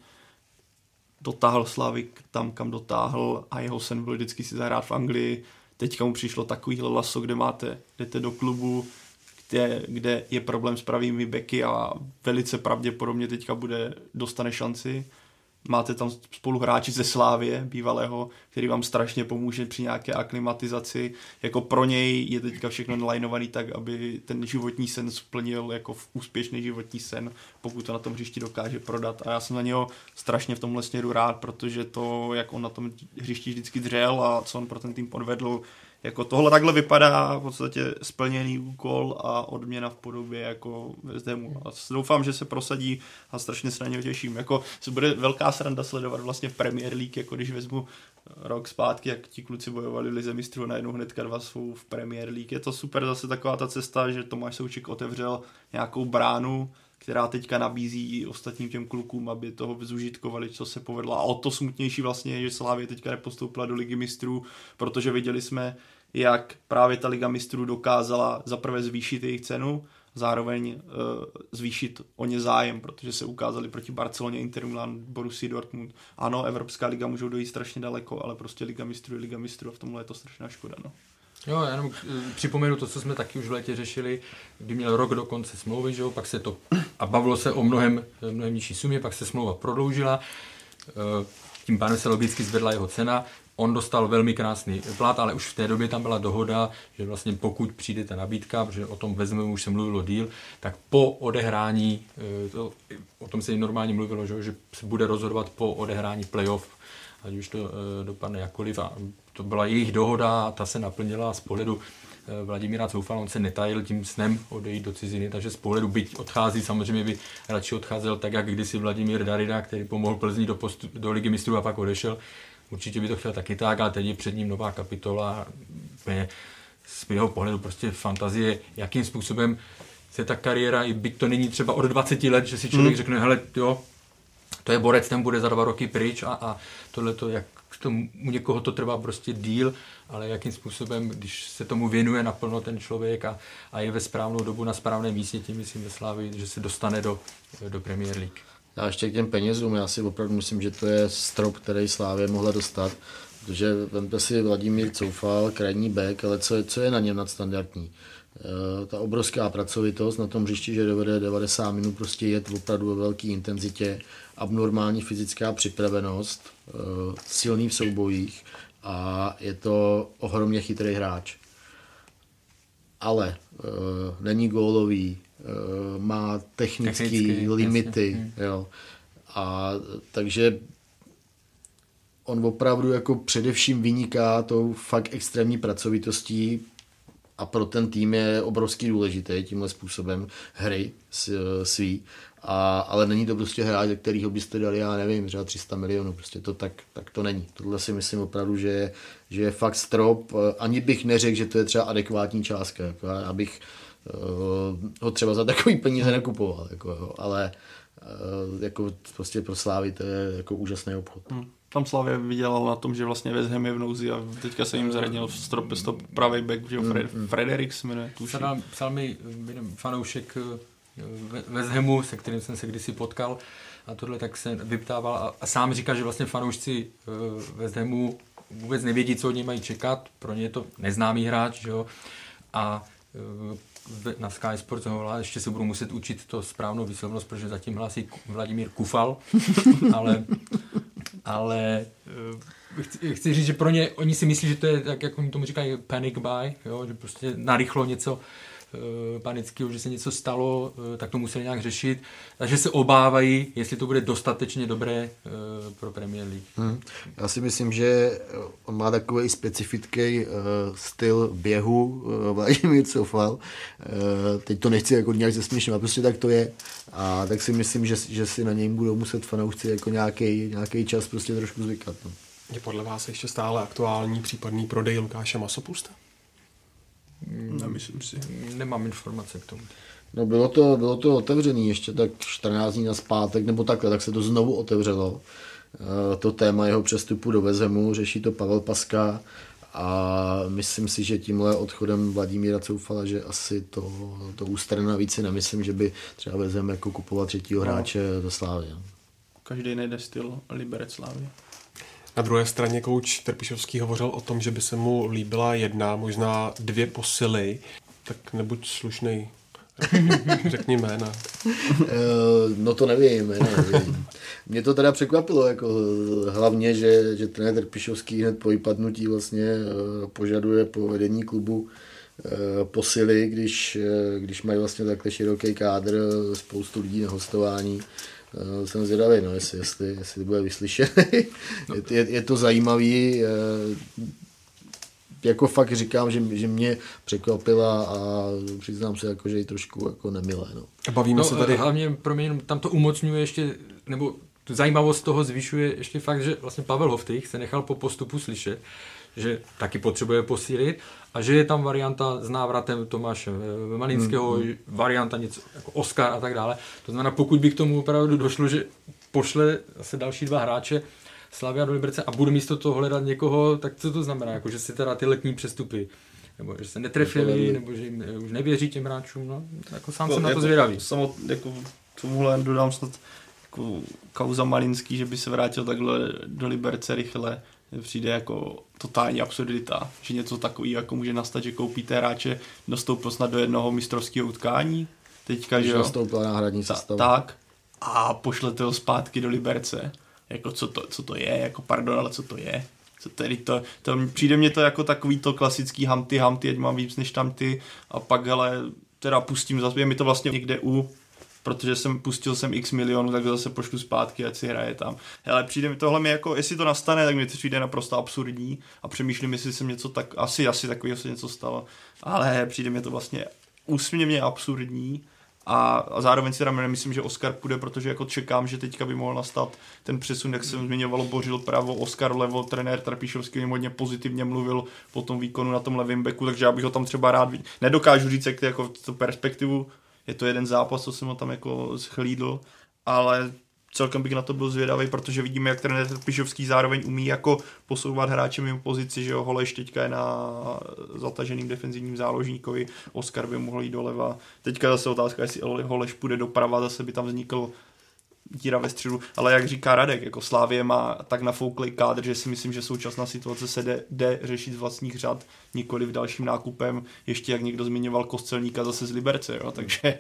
dotáhl Slávy tam, kam dotáhl a jeho sen byl vždycky si zahrát v Anglii. Teďka mu přišlo takovýhle laso, kde máte, jdete do klubu, kde, kde je problém s pravými beky a velice pravděpodobně teďka bude, dostane šanci. Máte tam spoluhráči ze Slávie, bývalého, který vám strašně pomůže při nějaké aklimatizaci. Jako pro něj je teďka všechno nalajnovaný tak, aby ten životní sen splnil jako úspěšný životní sen, pokud to na tom hřišti dokáže prodat. A já jsem na něho strašně v tomhle směru rád, protože to, jak on na tom hřišti vždycky dřel a co on pro ten tým odvedl, jako tohle takhle vypadá v podstatě splněný úkol a odměna v podobě jako West Hamu. A doufám, že se prosadí a strašně se na něho těším. Jako se bude velká sranda sledovat vlastně v Premier League, jako když vezmu rok zpátky, jak ti kluci bojovali Lize mistrů a najednou hnedka dva jsou v Premier League. Je to super zase taková ta cesta, že Tomáš Souček otevřel nějakou bránu, která teďka nabízí ostatním těm klukům, aby toho zužitkovali, co se povedlo. A o to smutnější vlastně je, že Slavia teďka nepostoupila do Ligy mistrů, protože viděli jsme, jak právě ta Liga mistrů dokázala zaprvé zvýšit jejich cenu, zároveň e, zvýšit o ně zájem, protože se ukázali proti Barceloně, Inter Milan, Borussii Dortmund. Ano, Evropská liga můžou dojít strašně daleko, ale prostě Liga mistrů je Liga mistrů a v tomhle je to strašná škoda. No. Jo, já jenom připomenu to, co jsme taky už v létě řešili, kdy měl rok do konce smlouvy, že jo, pak se to, a bavilo se o mnohem, mnohem nižší sumě, pak se smlouva prodloužila, tím pádem se logicky zvedla jeho cena, on dostal velmi krásný plat, ale už v té době tam byla dohoda, že vlastně pokud přijde ta nabídka, protože o tom vezmeme, už se mluvilo díl, tak po odehrání, to, o tom se i normálně mluvilo, že, že se bude rozhodovat po odehrání playoff, ať už to e, dopadne jakkoliv. A to byla jejich dohoda a ta se naplnila z pohledu e, Vladimíra Coufala, on se netajil tím snem odejít do ciziny, takže z pohledu byť odchází, samozřejmě by radši odcházel tak, jak kdysi Vladimír Darida, který pomohl Plzni do, postu, do Ligy mistrů a pak odešel. Určitě by to chtěl taky tak, ale teď je před ním nová kapitola. Z jeho pohledu prostě fantazie, jakým způsobem se ta kariéra, i byť to není třeba od dvaceti let, že si člověk mm. řekne, hele, jo, to je borec, ten bude za dva roky pryč a, a tohle to, jak to, u někoho to trvá prostě díl, ale jakým způsobem, když se tomu věnuje naplno ten člověk a, a je ve správnou dobu na správném místě, tím myslím ve Slavii, že se dostane do, do Premier League. A ještě k těm penězům, já si opravdu myslím, že to je strop, který Slavie mohla dostat, protože vemte si Vladimír Coufal, krajní back, ale co je, co je na něm nadstandardní? E, ta obrovská pracovitost na tom hřišti, že dovede devadesát minut prostě jet opravdu ve velké intenzitě, abnormální fyzická připravenost, e, silný v soubojích a je to ohromně chytrý hráč. Ale e, není gólový, e, má technické limity, jasně. Jo. A takže on opravdu jako především vyniká tou fakt extrémní pracovitostí a pro ten tým je obrovský důležitý tímhle způsobem hry svý. A, ale není to prostě hráč, ze kterého byste dali, já nevím, třeba tři sta milionů, prostě to tak, tak to není. Tohle si myslím opravdu, že je, že je fakt strop, ani bych neřekl, že to je třeba adekvátní částka, jako, abych uh, ho třeba za takový peníze nekupoval, jako, jo, ale uh, jako prostě pro Slávy to je jako úžasný obchod. Hmm. Tam Slavia vydělal na tom, že vlastně West Ham je v nouzi a teďka se jim zranil v stropě stop pravý back, že Fred, mm, mm. Frederik se jmenuje. Psal, psal mi fanoušek West Hamu, se kterým jsem se kdysi potkal a tohle tak se vyptával a, a sám říká, že vlastně fanoušci West Hamu vůbec nevědí, co od něj mají čekat, pro ně je to neznámý hráč, že jo? A na Sky Sports ho ještě se budu muset učit to správnou výslovnost, protože zatím hlásí Vladimír Kufal, ale, ale chci, chci říct, že pro ně, oni si myslí, že to je tak, jak oni tomu říkají panic buy, jo, že prostě narychlo něco panického, že se něco stalo, tak to museli nějak řešit, takže se obávají, jestli to bude dostatečně dobré pro Premier League. Hmm. Já si myslím, že on má takový specifický uh, styl běhu, uh, Vladimír Coufal. Uh, teď to nechci jako nějak zesměšňovat, prostě tak to je. A tak si myslím, že, že si na něj budou muset fanoušci jako nějaký, nějaký čas prostě trošku zvykat. No. Je podle vás ještě stále aktuální případný prodej Lukáše Masopusta? Nemyslím si. Nemám informace k tomu. No bylo to, bylo to otevřený ještě tak čtrnáct dní nazpátek, nebo takhle, tak se to znovu otevřelo. To téma jeho přestupu do Vezemu, řeší to Pavel Paska a myslím si, že tímhle odchodem Vladimíra Coufala, že asi to, to ústrne navíc si nemyslím, že by třeba Vezem jako kupovat třetího hráče do Slávy. Každý najde styl Liberec Slávy. Na druhé straně kouč Trpišovský hovořil o tom, že by se mu líbila jedna, možná dvě posily, tak nebuď slušnej, řekni jména. No to nevím, nevím. Mě to teda překvapilo, jako hlavně, že, že trenér Trpišovský hned po vypadnutí vlastně požaduje po vedení klubu posily, když, když mají vlastně takhle široký kádr, spoustu lidí na hostování. Uh, jsem zvědavý, no, jestli, jestli, jestli to bude vyslyšený. je, je, je to zajímavý. Uh, jako fakt říkám, že, že mě překvapila a přiznám se, jako, že ji trošku jako nemilé. No. Bavíme no, se tady. Hlavně pro mě tam to umocňuje ještě, nebo tu zajímavost toho zvyšuje ještě fakt, že vlastně Pavel Hoftych se nechal po postupu slyšet, že taky potřebuje posílit a že je tam varianta s návratem Tomáše Malinského, hmm. varianta něco jako Oscar a tak dále. To znamená, pokud by k tomu opravdu došlo, že pošle zase další dva hráče Slavia do Liberce a bude místo toho hledat někoho, tak co to znamená? Jako, že si teda ty letní přestupy nebo že se netrefili, nebo že jim už nevěří těm hráčům, no, jako sám no, jsem na to zvědavý. Samo, jako tomuhle dodám snad jako kauza Malinský, že by se vrátil takhle do Liberce rychle, přijde jako totální absurdita, že něco takového jako může nastat, že koupíte hráče, dostoupil snad do jednoho mistrovského utkání, teďka, že jo, nastoupila náhradní sestavu. Tak, a pošlete ho zpátky do Liberce, jako co to, co to je, jako pardon, ale co to je, co tedy to, to přijde mně to jako takový to klasický hamty, hamty, ať mám víc než tam ty, a pak ale teda pustím zase, je mi to vlastně někde u, protože jsem pustil jsem x milionů, tak zase pošlu zpátky, ať si hraje tam. Hele, přijde mi tohle mi jako, jestli to nastane, tak mi to přijde naprosto absurdní a přemýšlím, jestli jsem něco tak, asi, asi takového se něco stalo, ale přijde mi to vlastně úsměvně absurdní a, a zároveň si teda nemyslím, že Oscar půjde, protože jako čekám, že teďka by mohl nastat ten přesun, jak jsem zmiňovalo, Bořil pravo, Oscar levo, trenér Trpišovský hodně pozitivně mluvil po tom výkonu na tom levém beku, takže já bych ho tam třeba rád viděl. Nedokážu říct, jak jako tu perspektivu, je to jeden zápas, co jsem ho tam jako schlídl, ale celkem bych na to byl zvědavý, protože vidíme, jak trenér Trpišovský zároveň umí jako posouvat hráče mimo pozici, že jo, Holeš teďka je na zataženým defenzivním záložníkovi, Oscar by mohl jít doleva. Teďka zase otázka, jestli Holeš půjde doprava, zase by tam vznikl díra ve středu, ale jak říká Radek, jako Slavie má tak nafouklý kádr, že si myslím, že současná situace se jde, jde řešit z vlastních řad, nikoli v dalším nákupem, ještě jak někdo zmiňoval Kostelníka zase z Liberce, jo, takže,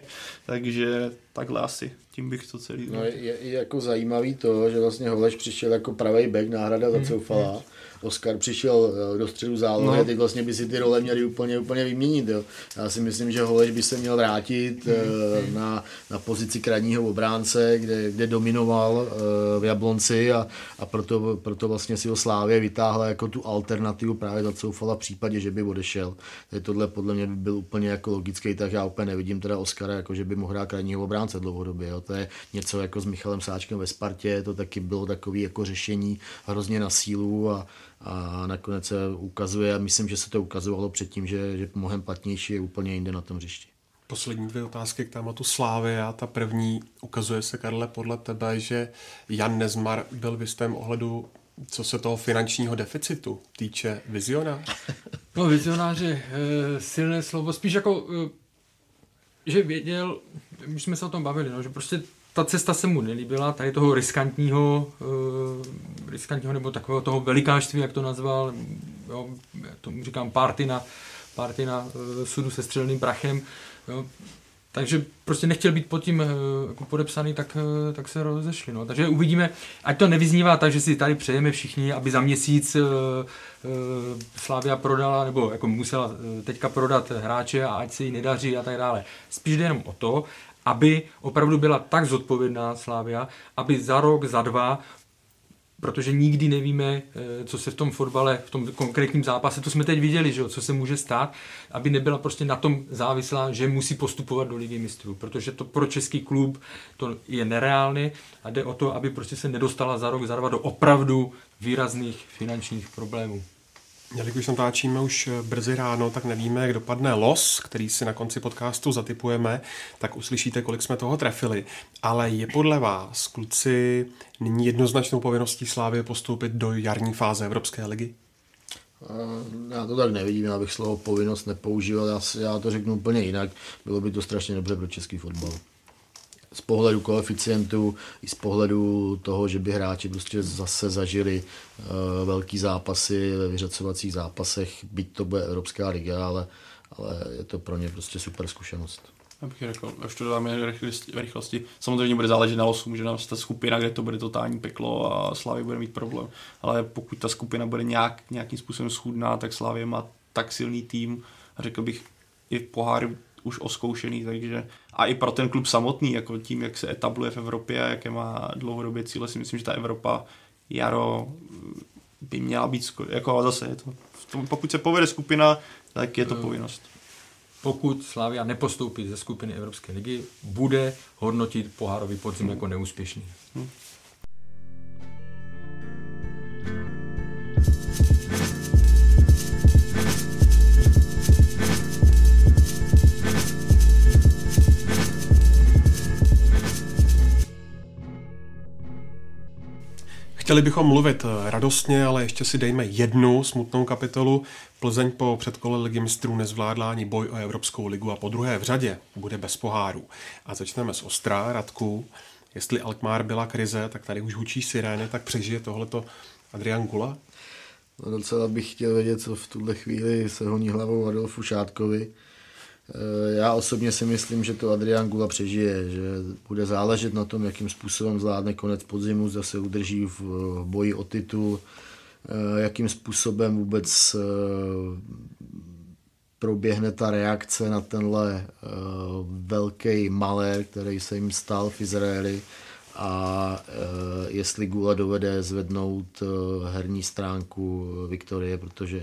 takže takhle asi, tím bych to celý... No je, je jako zajímavý to, že vlastně Holeš přišel jako pravej back, náhrada za Coufala, hmm. Oscar přišel do středu zálohy, no. Teď vlastně by si ty role měli úplně, úplně vyměnit. Jo. Já si myslím, že Holeš by se měl vrátit hmm. na, na pozici krajního obránce, kde, kde dominoval v Jablonci a, a proto, proto vlastně si ho Slávě vytáhla jako tu alternativu právě za Coufala v případě, že by odešel. Teď tohle podle mě by byl úplně jako logický, tak já úplně nevidím teda Oscara, jako že by mohl hrát krajního obránce dlouhodobě. Jo. To je něco jako s Michalem Sáčkem ve Spartě, to taky bylo takový jako řešení hrozně na sílu a a nakonec se ukazuje, a myslím, že se to ukazovalo předtím, že, že mnohem platnější je úplně jinde na tom hřišti. Poslední dvě otázky k tématu Slávy a ta první, ukazuje se, Karle, podle tebe, že Jan Nezmar byl v jistém ohledu, co se toho finančního deficitu týče, vizionář? No, vizionář je e, silné slovo, spíš jako, e, že věděl, my jsme se o tom bavili, no, že prostě ta cesta se mu nelíbila, tady toho riskantního, uh, riskantního nebo takového toho velikářství, jak to nazval, jo, já tomu říkám party na, party na uh, sudu se střelným prachem, Jo. Takže prostě nechtěl být pod tím jako podepsaný, tak, tak se rozešli. No. Takže uvidíme, ať to nevyznívá tak, že si tady přejeme všichni, aby za měsíc uh, uh, Slavia prodala, nebo jako musela uh, teďka prodat hráče a ať se jí nedaří a tak dále. Spíš jde jenom o to, aby opravdu byla tak zodpovědná Slavia, aby za rok, za dva, protože nikdy nevíme, co se v tom fotbale, v tom konkrétním zápase, to jsme teď viděli, že jo, co se může stát, aby nebyla prostě na tom závislá, že musí postupovat do Ligy mistrů, protože to pro český klub to je nereálné a jde o to, aby prostě se nedostala za rok, za dva do opravdu výrazných finančních problémů. Jelikož natáčíme už brzy ráno, tak nevíme, jak dopadne los, který si na konci podcastu zatipujeme, tak uslyšíte, kolik jsme toho trefili. Ale je podle vás, kluci, nyní jednoznačnou povinností Slavie postoupit do jarní fáze Evropské ligy? Já to tak nevidím, já bych slovo povinnost nepoužíval, já, já to řeknu úplně jinak. Bylo by to strašně dobře pro český fotbal. Z pohledu koeficientu i z pohledu toho, že by hráči prostě zase zažili uh, velký zápasy ve vyřadcovacích zápasech, byť to bude Evropská liga, ale, ale je to pro ně prostě super zkušenost. Já bych řekl, až to dáme v rychlosti. Samozřejmě bude záležet na losu, může nám ta skupina, kde to bude totální peklo a Slavia bude mít problém. Ale pokud ta skupina bude nějak, nějakým způsobem schůdná, tak Slavia má tak silný tým a řekl bych i v poháru už oskoušený, takže a i pro ten klub samotný, jako tím, jak se etabluje v Evropě a jaké má dlouhodobě cíle, si myslím, že ta Evropa jaro by měla být, jako zase je to, pokud se povede skupina, tak je to povinnost. Pokud Slavia nepostoupí ze skupiny Evropské ligy, bude hodnotit pohárový podzim hmm. jako neúspěšný. Hmm. Chtěli bychom mluvit radostně, ale ještě si dejme jednu smutnou kapitolu. Plzeň po předkole Ligy mistrů nezvládla ani boj o Evropskou ligu a po druhé v řadě bude bez poháru. A začneme z Ostra, Radku. Jestli Alkmaar byla krize, tak tady už hučí sirény, tak přežije tohleto Adrian Gula? No docela bych chtěl vědět, co v tuhle chvíli se honí hlavou Adolfu Šátkovi. Já osobně si myslím, že to Adrian Gula přežije, že bude záležet na tom, jakým způsobem zvládne konec podzimu, zda se udrží v boji o titul, jakým způsobem vůbec proběhne ta reakce na tenhle velký malér, který se jim stal v Izraeli, a jestli Gula dovede zvednout herní stránku Viktorie, protože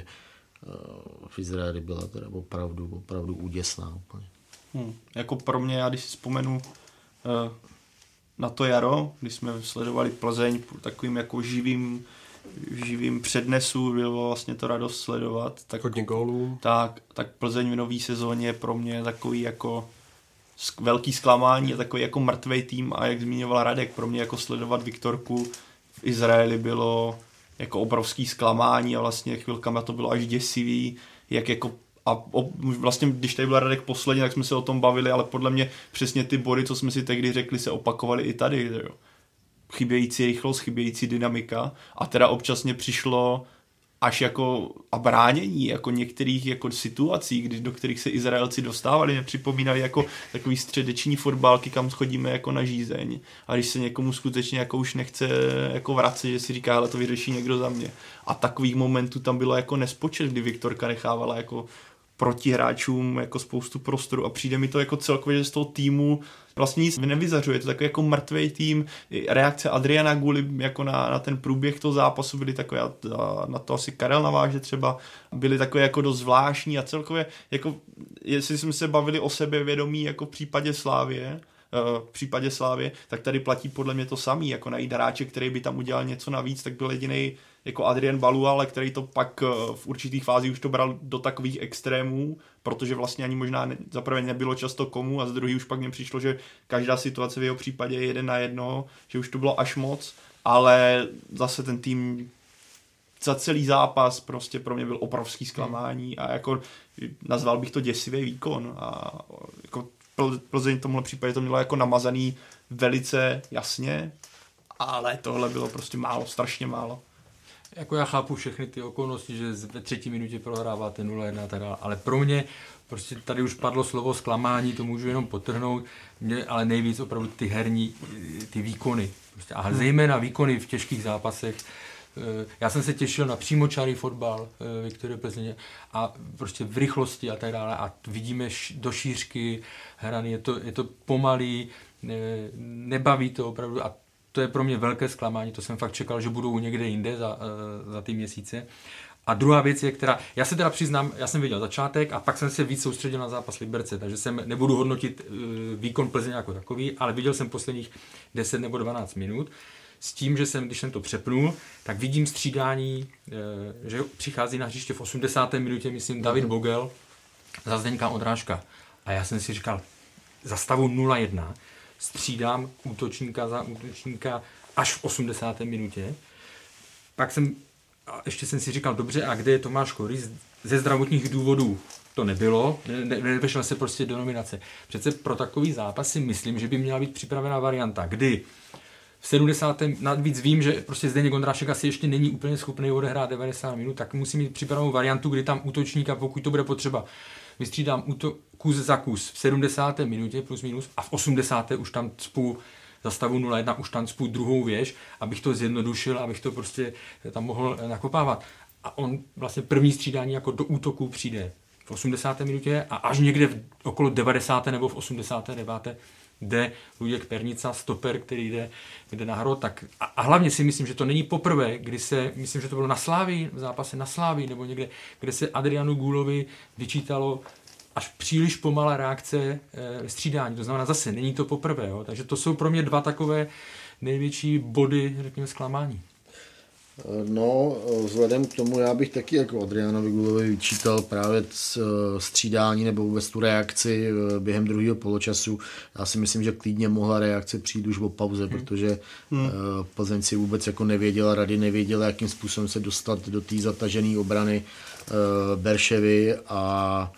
v Izraeli byla teda opravdu, opravdu úděsná úplně. Hmm. Jako pro mě, já když si vzpomenu uh, na to jaro, když jsme sledovali Plzeň takovým jako živým, živým přednesu, bylo vlastně to radost sledovat. Tak, hodně gólů. Tak, tak Plzeň v nový sezóně je pro mě takový jako velký zklamání a takový jako mrtvej tým, a jak zmiňoval Radek, pro mě jako sledovat Viktorku v Izraeli bylo jako obrovský zklamání a vlastně chvilkama to bylo až děsivý, jak jako a o, vlastně když tady byl Radek posledně, tak jsme se o tom bavili, ale podle mě přesně ty body, co jsme si tehdy řekli, se opakovaly i tady. Jo. Chybějící rychlost, chybějící dynamika a teda občas mě přišlo až jako a bránění jako některých jako situací, kdy, do kterých se Izraelci dostávali, mě připomínali jako takový středeční fotbalky, kam chodíme jako na žízeň. A když se někomu skutečně jako už nechce jako vracet, že si říká, ale to vyřeší někdo za mě. A takových momentů tam bylo jako nespočet, kdy Viktorka nechávala jako proti hráčům jako spoustu prostoru a přijde mi to jako celkově, že z toho týmu vlastně nic nevyzařuje, je to takový jako mrtvej tým. Reakce Adriana Guly jako na, na ten průběh toho zápasu byly takové, na to asi Karel naváže třeba, byly takové jako dost zvláštní a celkově jako, jestli jsme se bavili o sebevědomí jako v případě Slávie, v případě Slávie, tak tady platí podle mě to samý, jako najít hráče, který by tam udělal něco navíc, tak byl jedinej jako Adrian Balu, ale který to pak v určitých fázích už to bral do takových extrémů, protože vlastně ani možná ne, zaprvé nebylo často komu a z druhý už pak mně přišlo, že každá situace v jeho případě je jeden na jedno, že už to bylo až moc, ale zase ten tým za celý zápas prostě pro mě byl obrovský zklamání a jako nazval bych to děsivý výkon a jako Plzeň v tomhle případě to mělo jako namazaný velice jasně, ale tohle bylo prostě málo, strašně málo. Jako já chápu všechny ty okolnosti, že ve třetí minutě prohráváte nula jedna a tak dále, ale pro mě prostě tady už padlo slovo zklamání, to můžu jenom podtrhnout, mě ale nejvíc opravdu ty herní, ty výkony. Prostě, a zejména výkony v těžkých zápasech. Já jsem se těšil na přímočarý fotbal Viktorie Plzeň a prostě v rychlosti a tak dále a vidíme do šířky hrany, je to, je to pomalý, nebaví to opravdu a to je pro mě velké zklamání, to jsem fakt čekal, že budou někde jinde za, za ty měsíce. A druhá věc je, která, já se teda přiznám, já jsem viděl začátek a pak jsem se víc soustředil na zápas Liberce, takže jsem nebudu hodnotit výkon Plzeň jako takový, ale viděl jsem posledních deset nebo dvanáct minut s tím, že jsem, když jsem to přepnul, tak vidím střídání, že přichází na hřiště v osmdesáté minutě, myslím, David Bogel za Zdeňka Ondráška. A já jsem si říkal, za stavu nula jedna střídám útočníka za útočníka až v osmdesáté minutě. Pak jsem, a ještě jsem si říkal, dobře, a kde je Tomáš Korys? Ze zdravotních důvodů to nebylo, ne, nevešel se prostě do nominace. Přece pro takový zápas si myslím, že by měla být připravená varianta, kdy v sedmdesátém navíc vím, že prostě Zdeněk Ondrášek asi ještě není úplně schopný odehrát devadesát minut, tak musím mít připravenou variantu, kdy tam útočníka, pokud to bude potřeba, vystřídám útok, kus za kus v sedmdesáté minutě plus minus a v osmdesáté už tam cpu za stavu nula jedna, už tam cpu druhou věž, abych to zjednodušil, abych to prostě tam mohl nakopávat. A on vlastně první střídání jako do útoku přijde v osmdesáté minutě a až někde v, okolo devadesáté nebo v osmdesáté deváté jde Luděk Pernica, stoper, který jde, jde na hro, tak a, a hlavně si myslím, že to není poprvé, kdy se, myslím, že to bylo na Slávii, v zápase na Slávii, nebo někde, kde se Adrianu Gulovi vyčítalo až příliš pomalá reakce e, střídání, to znamená zase, není to poprvé, jo? Takže to jsou pro mě dva takové největší body, řekněme, zklamání. No, vzhledem k tomu já bych taky jako Adrianovi Gulovi vyčítal právě střídání nebo vůbec tu reakci během druhého poločasu. Já si myslím, že klidně mohla reakce přijít už o pauze, hmm. protože hmm. Plzeň si vůbec jako nevěděla rady, nevěděla, jakým způsobem se dostat do té zatažené obrany Berševy a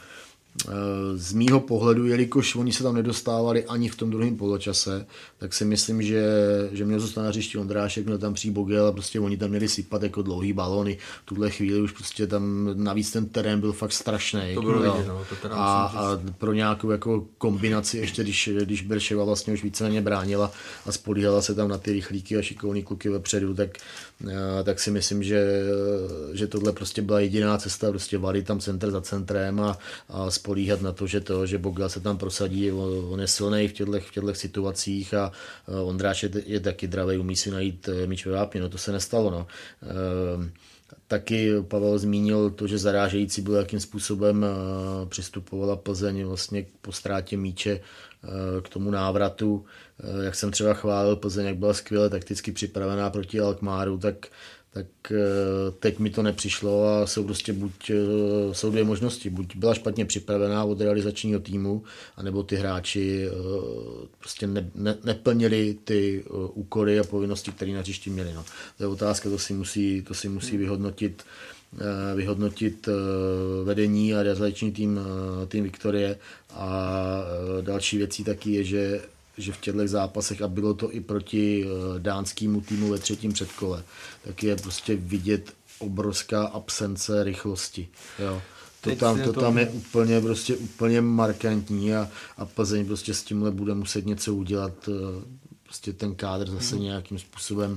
z mýho pohledu, jelikož oni se tam nedostávali ani v tom druhém poločase, tak si myslím, že, že měl zůstat na hřišti Ondrášek, měl tam přijít Bogel a prostě oni tam měli sypat jako dlouhý balony. V tuhle chvíli už prostě tam navíc ten terén byl fakt strašný. To bylo vidět, no, to teda a, a pro nějakou jako kombinaci, ještě když, když Berševa vlastně už víceméně bránila a spolíhala se tam na ty rychlíky a šikovní kluky vepředu, tak, tak si myslím, že, že tohle prostě byla jediná cesta, prostě valit tam centr za centrem a, a spolíhat na to, že to, že Bogel se tam prosadí, on je silný v těchto, v těchto situacích a Ondráš je, je taky dravej, umí si najít míč ve vápně, no to se nestalo, no. E, taky Pavel zmínil to, že zarážející bylo, jakým způsobem e, přistupovala Plzeň vlastně po ztrátě míče e, k tomu návratu. E, jak jsem třeba chválil Plzeň, jak byla skvěle takticky připravená proti Alkmáru, tak tak teď mi to nepřišlo a jsou prostě buď, jsou dvě možnosti, buď byla špatně připravená od realizačního týmu, anebo ty hráči prostě ne, ne, neplnili ty úkoly a povinnosti, které na hřišti měli. No. To je otázka, to si musí, to si musí vyhodnotit, vyhodnotit vedení a realizační tým, tým Viktorie a další věcí taky je, že že v těchto zápasech, a bylo to i proti dánskému týmu ve třetím předkole, tak je prostě vidět obrovská absence rychlosti. Jo. To tam, to tam je úplně, prostě úplně markantní a, a Plzeň prostě s tímhle bude muset něco udělat, prostě ten kádr zase hmm. nějakým způsobem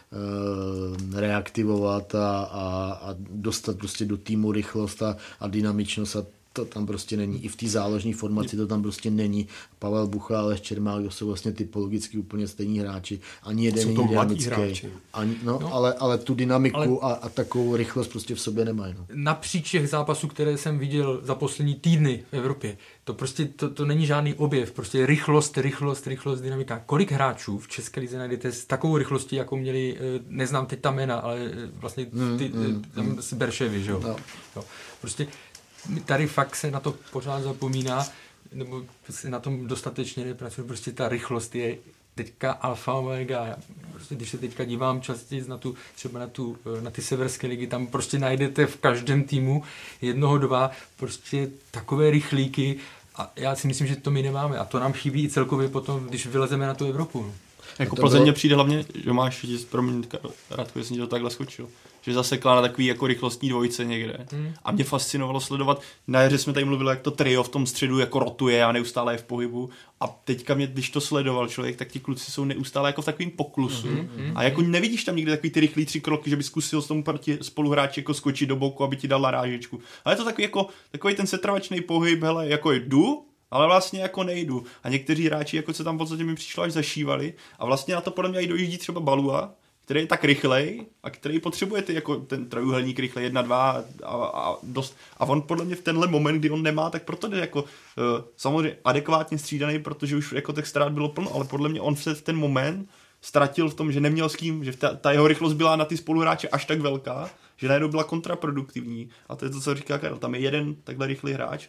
uh, reaktivovat a, a, a dostat prostě do týmu rychlost a, a dynamičnost a to tam prostě není. I v té záložní formaci to tam prostě není. Pavel Bucha, Aleš Čermák, to jsou vlastně typologicky úplně stejní hráči. Ani jeden není dynamický. Ani, no, no. Ale, ale tu dynamiku ale... a, a takovou rychlost prostě v sobě nemají. No. Napříč těch zápasů, které jsem viděl za poslední týdny v Evropě, to prostě to, to není žádný objev. Prostě rychlost, rychlost, rychlost, dynamika. Kolik hráčů v České lize najdete s takovou rychlostí, jako měli, neznám teď ta jména, ale vlastně ty, mm, mm, tam mm. z Berševy, že jo? No. Jo. Prostě tady fakt se na to pořád zapomíná, nebo se na tom dostatečně nepracuje, prostě ta rychlost je teďka alfa omega. Prostě když se teďka dívám častěji na tu, třeba na, tu, na ty severské ligy, tam prostě najdete v každém týmu jednoho, dva, prostě takové rychlíky a já si myslím, že to my nemáme a to nám chybí i celkově potom, když vylezeme na tu Evropu. Jako Plzeň mě přijde hlavně, že máš, promiň, Radku, jestli to takhle skočil, že zasekla na takový jako rychlostní dvojce někde. Hmm. A mě fascinovalo sledovat, na jaře jsme tady mluvili, jak to trio v tom středu jako rotuje a neustále je v pohybu. A teďka mě, když to sledoval člověk, tak ti kluci jsou neustále jako v takovým poklusu. Hmm. A jako nevidíš tam nikdy takový ty rychlý tři kroky, že by zkusil s tomu proti spoluhráči jako skočit do boku, aby ti dal narážečku. Ale je to takový jako takový ten setrvačný pohyb, hele, jako jdu, ale vlastně jako nejdu. A někteří hráči jako se tam v podstatě mi přišlo až zašívali a vlastně na to podle mě i dojíždí třeba Balua, který je tak rychlej a který potřebuje ty, jako ten trojuhelník rychle jedna, dva a, a, dost. A on podle mě v tenhle moment, kdy on nemá, tak proto jde jako uh, samozřejmě adekvátně střídaný, protože už jako těch ztrát bylo plno, ale podle mě on se v ten moment ztratil v tom, že neměl s kým, že ta, ta jeho rychlost byla na ty spoluhráče až tak velká, že najednou byla kontraproduktivní. A to je to, co říká Karel, tam je jeden takhle rychlý hráč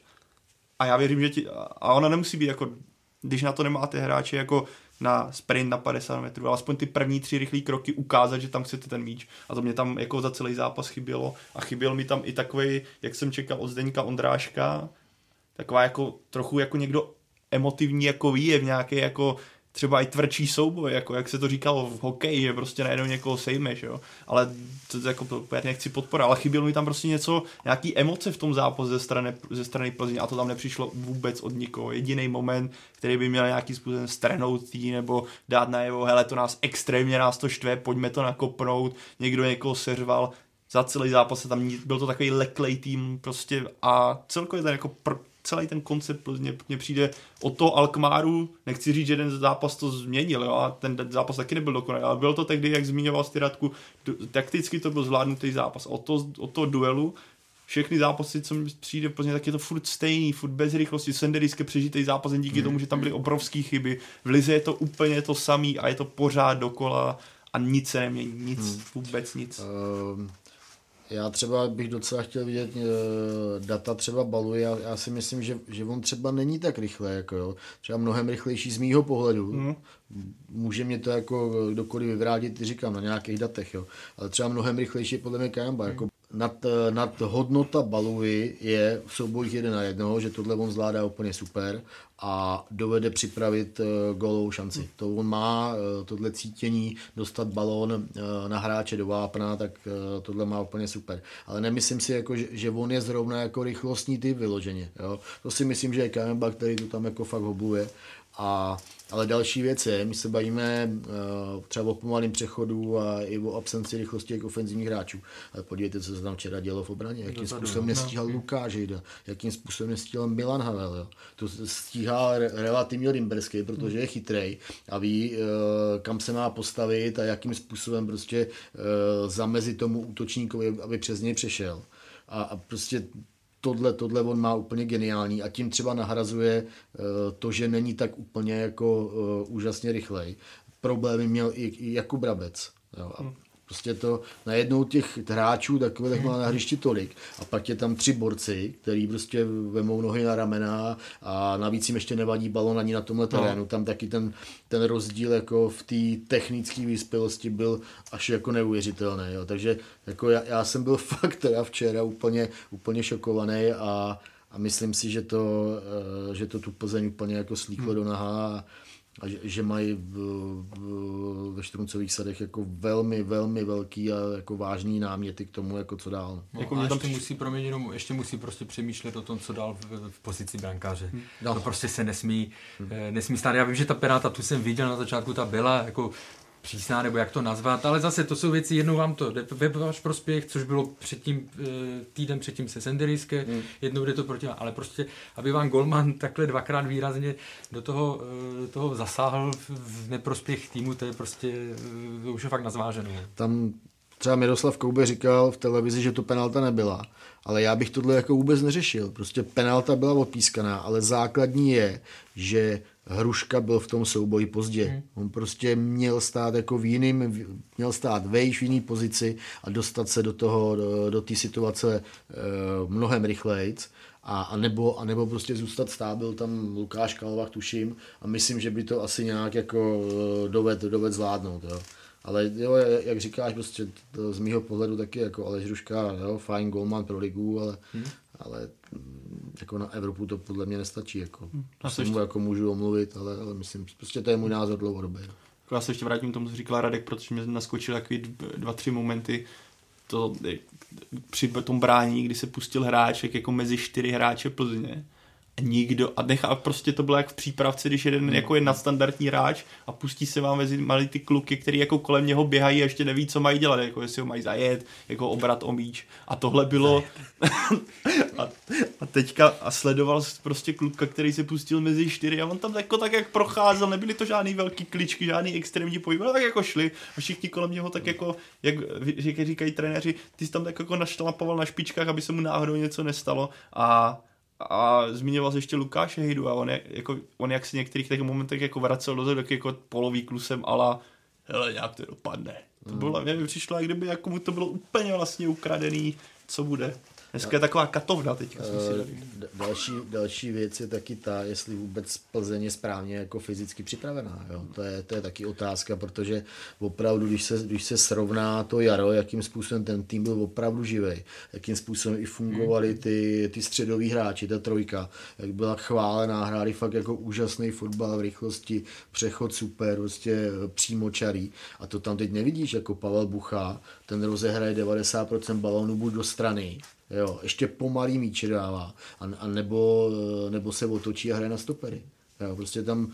a já věřím, že ti, a ona nemusí být jako, když na to nemáte hráče jako na sprint na padesát metrů, ale aspoň ty první tři rychlý kroky ukázat, že tam chcete ten míč. A to mě tam jako za celý zápas chybělo. A chyběl mi tam i takovej, jak jsem čekal od Zdeňka Ondráška, taková jako trochu jako někdo emotivní jako výjev, nějaký jako třeba i tvrdší souboj, jako jak se to říkalo v hokeji, že prostě najednou někoho sejmeš, jo. Ale to jako úplně nechci podporovat, ale chybělo mi tam prostě něco, nějaký emoce v tom zápase ze strany, ze strany Plzně a to tam nepřišlo vůbec od nikoho. Jediný moment, který by měl nějakým způsobem strhnout tý, nebo dát najevo, hele, to nás extrémně nás to štve, pojďme to nakopnout, někdo někoho seřval, za celý zápas tam byl to takový leklej tým prostě a celkově ten jako pr- celý ten koncept Plzně mně přijde od toho Alkmáru, nechci říct, že ten zápas to změnil, jo, a ten zápas taky nebyl dokonalý, ale bylo to tehdy, jak zmiňoval Styratku, takticky to byl zvládnutý zápas. Od toho, od toho duelu všechny zápasy, co mi přijde v Plzně, tak je to furt stejný, furt bez rychlosti, Senderyské přežitý zápas jen díky tomu, že tam byly obrovský chyby. V lize je to úplně to samý a je to pořád dokola a nic se nemění, nic, hmm. vůbec nic. Um. Já třeba bych docela chtěl vidět e, data třeba Balu, já, já si myslím, že, že on třeba není tak rychle, jako jo. Třeba mnohem rychlejší z mýho pohledu. Mm. Může mě to jako kdokoliv vyvrátit, říkám, na nějakých datech, jo. Ale třeba mnohem rychlejší podle mě Kajamba, mm. jako nad, nad hodnota Baluy je v soubojích jeden na jednoho, že tohle on zvládá úplně super a dovede připravit uh, gólovou šanci. Hmm. To on má, uh, tohle cítění, dostat balón uh, na hráče do vápna, tak uh, tohle má úplně super. Ale nemyslím si, jako, že, že on je zrovna jako rychlostní typ vyloženě. Jo? To si myslím, že je Kajamba, který to tam jako fakt hobuje. A, ale další věc je, my se bavíme uh, třeba o pomalém přechodu a i o absenci rychlosti jako ofenzivních hráčů. Ale podívejte, co se tam včera dělo v obraně, jakým způsobem nestíhal Lukáš Hejda, jakým způsobem nestíhal Milan Havel. Jo. To stíhal re- relativně Rimberský, protože je chytrej a ví, uh, kam se má postavit a jakým způsobem prostě uh, zamezit tomu útočníkovi, aby přes něj přešel. A, a prostě Tohle, tohle on má úplně geniální a tím třeba nahrazuje uh, to, že není tak úplně jako uh, úžasně rychlej. Problémy měl i, i Jakub Brabec. Jo. A prostě to najednou těch hráčů takových má na hřišti tolik a pak je tam tři borci, který prostě vemou nohy na ramena a navíc jim ještě nevadí balon ani na tomhle terénu. No. Tam taky ten, ten rozdíl jako v té technické vyspělosti byl až jako neuvěřitelný. Jo. Takže jako já, já jsem byl fakt teda včera úplně, úplně šokovaný a, a myslím si, že to, že to tu Plzeň úplně jako slíklo hmm. do naha a, a že, že mají v, v, ve Štruncových sadech jako velmi, velmi velký a jako vážný náměty k tomu, jako co dál. No, jako a tam ještě musí, proměnit, jenom, ještě musí prostě přemýšlet o tom, co dál v, v pozici brankáře. No. To prostě se nesmí, hmm. nesmí stát. Já vím, že ta penalta, tu jsem viděl na začátku, ta byla jako přísná, nebo jak to nazvat, ale zase to jsou věci, jednou vám to jde ve váš prospěch, což bylo předtím, týden předtím se Senderyské, hmm. jednou jde to proti vám, ale prostě, aby vám golman takhle dvakrát výrazně do toho, toho zasáhl v neprospěch týmu, to je prostě, to už je fakt nazváženo. Tam třeba Miroslav Koube říkal v televizi, že to penalta nebyla, ale já bych tohle jako vůbec neřešil. Prostě penalta byla odpískaná, ale základní je, že Hruška byl v tom souboji pozdě. Hmm. On prostě měl stát jako v jiným, měl stát vejš v jiný pozici a dostat se do toho, do, do té situace e, mnohem rychlejc. A, a, nebo, a nebo prostě zůstat stát, byl tam Lukáš Kalvach, tuším, a myslím, že by to asi nějak jako doved, doved zvládnout. Jo. Ale jo, jak říkáš, prostě z mýho pohledu taky jako Aleš Hruška, jo, fajn golman pro ligu, ale, hmm. ale jako na Evropu to podle mě nestačí. Jako. Hmm. To se mu jako můžu omluvit, ale, ale myslím, prostě to je můj názor dlouhodobý. Já se ještě vrátím k tomu, co říkal Radek, protože mě naskočil takový dva, tři momenty. to, při tom bránění, kdy se pustil hráček jako mezi čtyři hráče Plzně, a nikdo, a nechá, prostě to bylo jak v přípravce, když jeden hmm. jako je nadstandardní hráč a pustí se vám mezi malý ty kluky, který jako kolem něho běhají a ještě neví, co mají dělat, jako jestli ho mají zajet, jako obrat o míč. A tohle bylo a, a teďka a sledoval prostě kluka, který se pustil mezi čtyři a on tam jako tak jak procházel, nebyly to žádný velký kličky, žádný extrémní pohyb, ale tak jako šli a všichni kolem něho tak jako, jak říkají trenéři, ty jsi tam tak jako našlapoval na špičkách, aby se mu náhodou něco nestalo a A zmiňoval se ještě Lukáše Hejdu a on, je, jako, on jak si některých těch momentech jako vracel dozadu, tak jako polový klusem ala hele, nějak to dopadne. To bylo, mě by přišlo, jak kdyby jako mu to bylo úplně vlastně ukradený, co bude. Dneska je taková katovna teďka. Uh, další, další věc je taky ta, jestli vůbec Plzeň je správně jako fyzicky připravená. Jo? To, je, to je taky otázka, protože opravdu, když se, když se srovná to jaro, jakým způsobem ten tým byl opravdu živej, jakým způsobem i fungovali ty, ty středoví hráči, ta trojka, jak byla chválená, hráli fakt jako úžasný fotbal v rychlosti, přechod super, prostě přímočarý. A to tam teď nevidíš, jako Pavel Bucha, ten rozehraje devadesát procent balónů buď do strany, jo, ještě pomalý míče dává, a, a nebo, nebo se otočí a hraje na stopery. Jo, prostě tam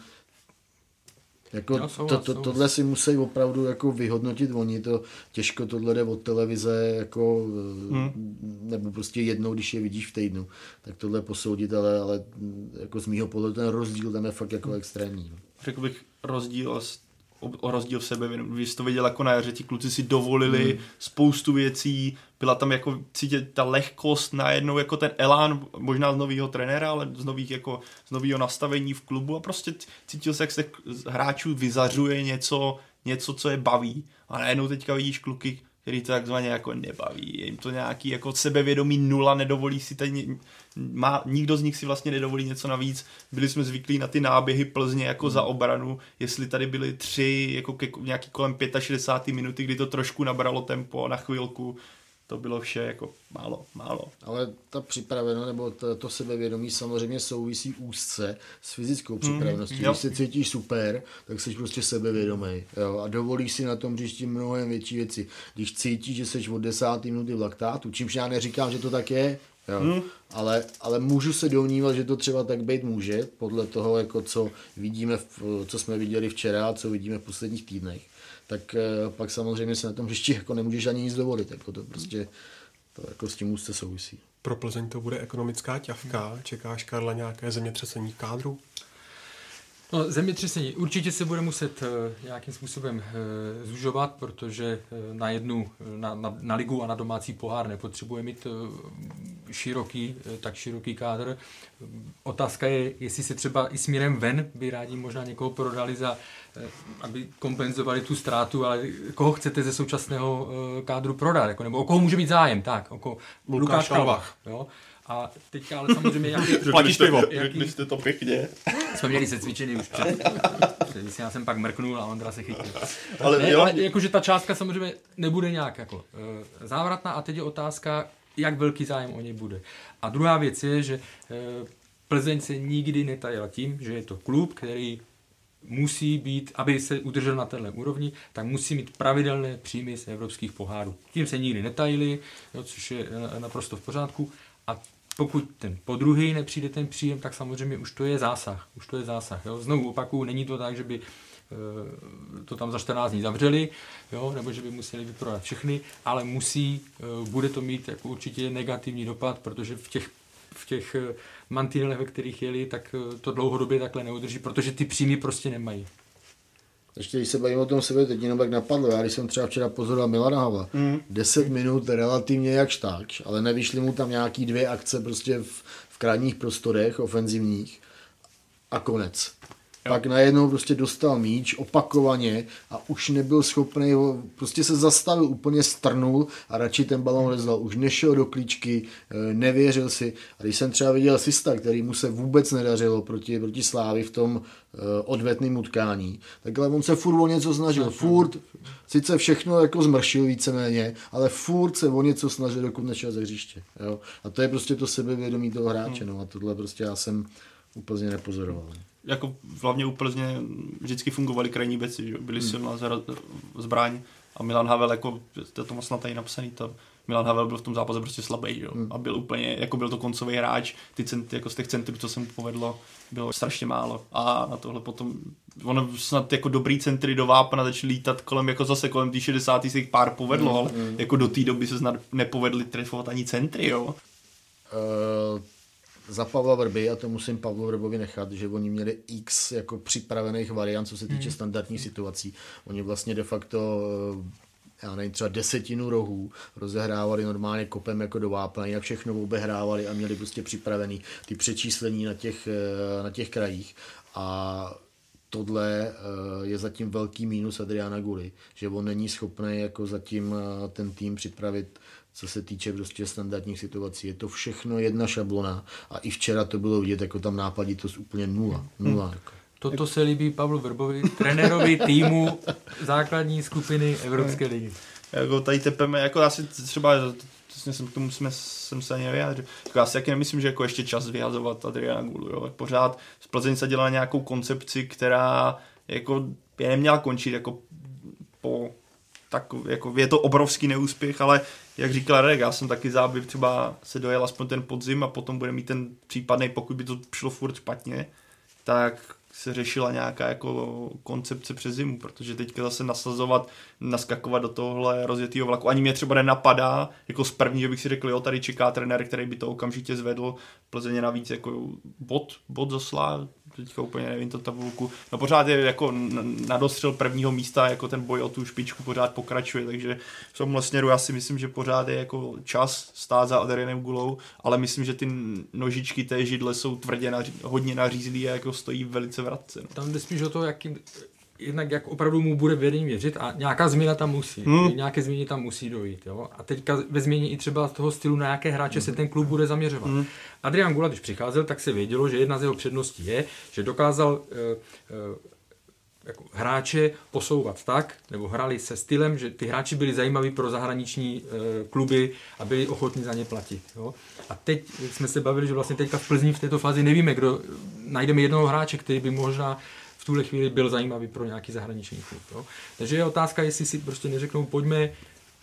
jako jo, souhlas, to, to, tohle si musí opravdu jako vyhodnotit oni, to těžko tohle jde od televize jako, hmm. nebo prostě jednou, když je vidíš v týdnu, tak tohle posoudit, ale, ale jako z mýho pohledu ten rozdíl tam je fakt jako extrémní. Řekl bych rozdíl o rozdíl v sebe, když jsi to viděl jako na jaře, ti kluci si dovolili hmm. spoustu věcí, byla tam jako cítit ta lehkost najednou, jako ten elán, možná z nového trenéra, ale z nových jako z nového nastavení v klubu a prostě cítil se, jak se z hráčů vyzařuje něco, něco, co je baví. A najednou teďka vidíš kluky, který to takzvaně jako nebaví. Je jim to nějaký jako sebevědomí nula, nedovolí si tady, má, nikdo z nich si vlastně nedovolí něco navíc. Byli jsme zvyklí na ty náběhy Plzně jako hmm. za obranu, jestli tady byly tři, jako ke, nějaký kolem šedesáté páté minuty, kdy to trošku nabralo tempo na chvilku. To bylo vše jako málo, málo. Ale ta připravenost nebo to, to sebevědomí samozřejmě souvisí úzce s fyzickou připraveností. Mm, Když se cítíš super, tak jsi prostě sebevědomý. Jo? A dovolíš si na tom příští mnohem větší věci. Když cítíš, že jsi od desáté minuty v laktátu, čímž já neříkám, že to tak je, jo? Mm. Ale, ale můžu se domnívat, že to třeba tak být může, podle toho, jako co vidíme, v, co jsme viděli včera a co vidíme v posledních týdnech. Tak pak samozřejmě se na tom hřišti jako nemůžeš ani nic dovolit. Jako to prostě to jako s tím úzce souvisí. Pro Plzeň to bude ekonomická ťavka. Čekáš, Karle, nějaké zemětřesení kádru? No, zemětřesení určitě se bude muset uh, nějakým způsobem uh, zužovat, protože uh, na jednu, na, na, na ligu a na domácí pohár nepotřebuje mít uh, široký, uh, tak široký kádr. Uh, otázka je, jestli se třeba i směrem ven by rádi možná někoho prodali za, uh, aby kompenzovali tu ztrátu, ale koho chcete ze současného uh, kádru prodat, jako, nebo o koho může být zájem, tak, o koho Lukáš Kalbach, jo. A teďka ale samozřejmě jaký... Platíš pivo. Řekli jste to pěkně. Jsme měli se cvičení už před... Já jsem pak mrknul a Ondra se chytil. Ale, ne, ale jakože ta částka samozřejmě nebude nějak jako uh, závratná a teď je otázka, jak velký zájem o něj bude. A druhá věc je, že uh, Plzeň se nikdy netajila tím, že je to klub, který musí být, aby se udržel na téhle úrovni, tak musí mít pravidelné příjmy z evropských pohárů. Tím se nikdy netajili, jo, což je naprosto v pořádku. A pokud ten podruhý nepřijde ten příjem, tak samozřejmě už to je zásah. Už to je zásah. Jo. Znovu opakuju, není to tak, že by e, to tam za čtrnáct dní zavřeli, jo, nebo že by museli vyprodat všechny, ale musí, e, bude to mít jako určitě negativní dopad, protože v těch, v těch mantinelech, ve kterých jeli, tak to dlouhodobě takhle neudrží, protože ty příjmy prostě nemají. Ještě když se bavím o tom sebe, teď jenom tak napadlo. Já když jsem třeba včera pozoroval Milana Havla, mm. deset minut relativně jakž takž, ale nevyšly mu tam nějaký dvě akce prostě v, v krajních prostorech ofenzivních a konec. Jo. Pak najednou prostě dostal míč opakovaně a už nebyl schopný ho, prostě se zastavil, úplně strnul a radši ten balon lezl. Už nešel do klíčky, nevěřil si. A když jsem třeba viděl Sista, který mu se vůbec nedařilo proti, proti Slávi v tom uh, odvetném utkání, takhle on se furt o něco snažil. No, furt, sice všechno jako zmršil víceméně, ale furt se o něco snažil, dokud nešel ze hřiště. Jo? A to je prostě to sebevědomí toho hráče. No. A tohle prostě já jsem úplně nepozoroval. Jako hlavně u Plzně vždycky fungovaly krajní beci, že? Byly silná zbráň A Milan Havel, jako, to, to moc na tady napsaný, to Milan Havel byl v tom zápase prostě slabý, jo. A byl úplně, jako byl to koncový hráč, ty cent, jako z těch centrů, co se mu povedlo, bylo strašně málo. A na tohle potom, ono snad jako dobrý centry do Vápna začali lítat kolem, jako zase kolem tý šedesátý se jich pár povedlo, mm, ale mm. jako do té doby se snad nepovedli trefovat ani centry, jo. Uh, za Pavla Vrby, a to musím Pavlu Vrbovi nechat, že oni měli x jako připravených variant, co se týče mm. standardních situací. Oni vlastně de facto já nevím, třeba desetinu rohů rozehrávali normálně kopem jako do Vápna, jinak všechno obehrávali a měli prostě připravený ty přečíslení na těch, na těch krajích. A tohle je zatím velký mínus Adriana Guly, že on není schopný jako zatím ten tým připravit, co se týče prostě standardních situací. Je to všechno jedna šablona a i včera to bylo vidět, jako tam nápaditost úplně nula. nula hmm. jako. Toto se líbí Pavlu Vrbovi, trenérovi týmu základní skupiny Evropské ligy. Jako tady tepeme, jako asi třeba, jsem k tomu jsme, jsem se ani nevyjádřil, jako já si taky nemyslím, že jako ještě čas vyhazovat Adriana Gulu, jo. Pořád z Plzeň se dělala nějakou koncepci, která jako je neměla končit jako po tak, jako je to obrovský neúspěch, ale jak říkal Radek, já jsem taky zábyv třeba se dojel aspoň ten podzim a potom bude mít ten případný, pokud by to šlo furt špatně, tak se řešila nějaká jako koncepce přes zimu, protože teďka zase nasazovat, naskakovat do tohohle rozjetýho vlaku. Ani mě třeba nenapadá, jako z první, že bych si řekl, jo, tady čeká trenér, který by to okamžitě zvedl. Plzeň navíc jako bod, bod zaslá, teďka úplně nevím to tabulku. No pořád je jako na dostřel prvního místa, jako ten boj o tu špičku pořád pokračuje, takže v tomhle směru já si myslím, že pořád je jako čas stát za Adrianem Gulou, ale myslím, že ty nožičky té židle jsou tvrdě naří, hodně nařízlý a jako stojí velice vratce. No. Tam jde spíš o to, jakým, jednak jak opravdu mu bude vedení věřit a nějaká změna tam musí, hmm. nějaké změny tam musí dojít. Jo? A teďka ve změně i třeba toho stylu, na jaké hráče hmm. se ten klub bude zaměřovat. Hmm. Adrian Gula, když přicházel, tak se vědělo, že jedna z jeho předností je, že dokázal uh, uh, jako hráče posouvat tak, nebo hráli se stylem, že ty hráči byli zajímaví pro zahraniční uh, kluby a byli ochotní za ně platit. Jo? A teď jsme se bavili, že vlastně teďka v Plzni v této fázi nevíme, kdo, najdeme jednoho hráče, který by možná v tuhle chvíli byl zajímavý pro nějaký zahraniční klub. Jo? Takže je otázka, jestli si prostě neřeknou, pojďme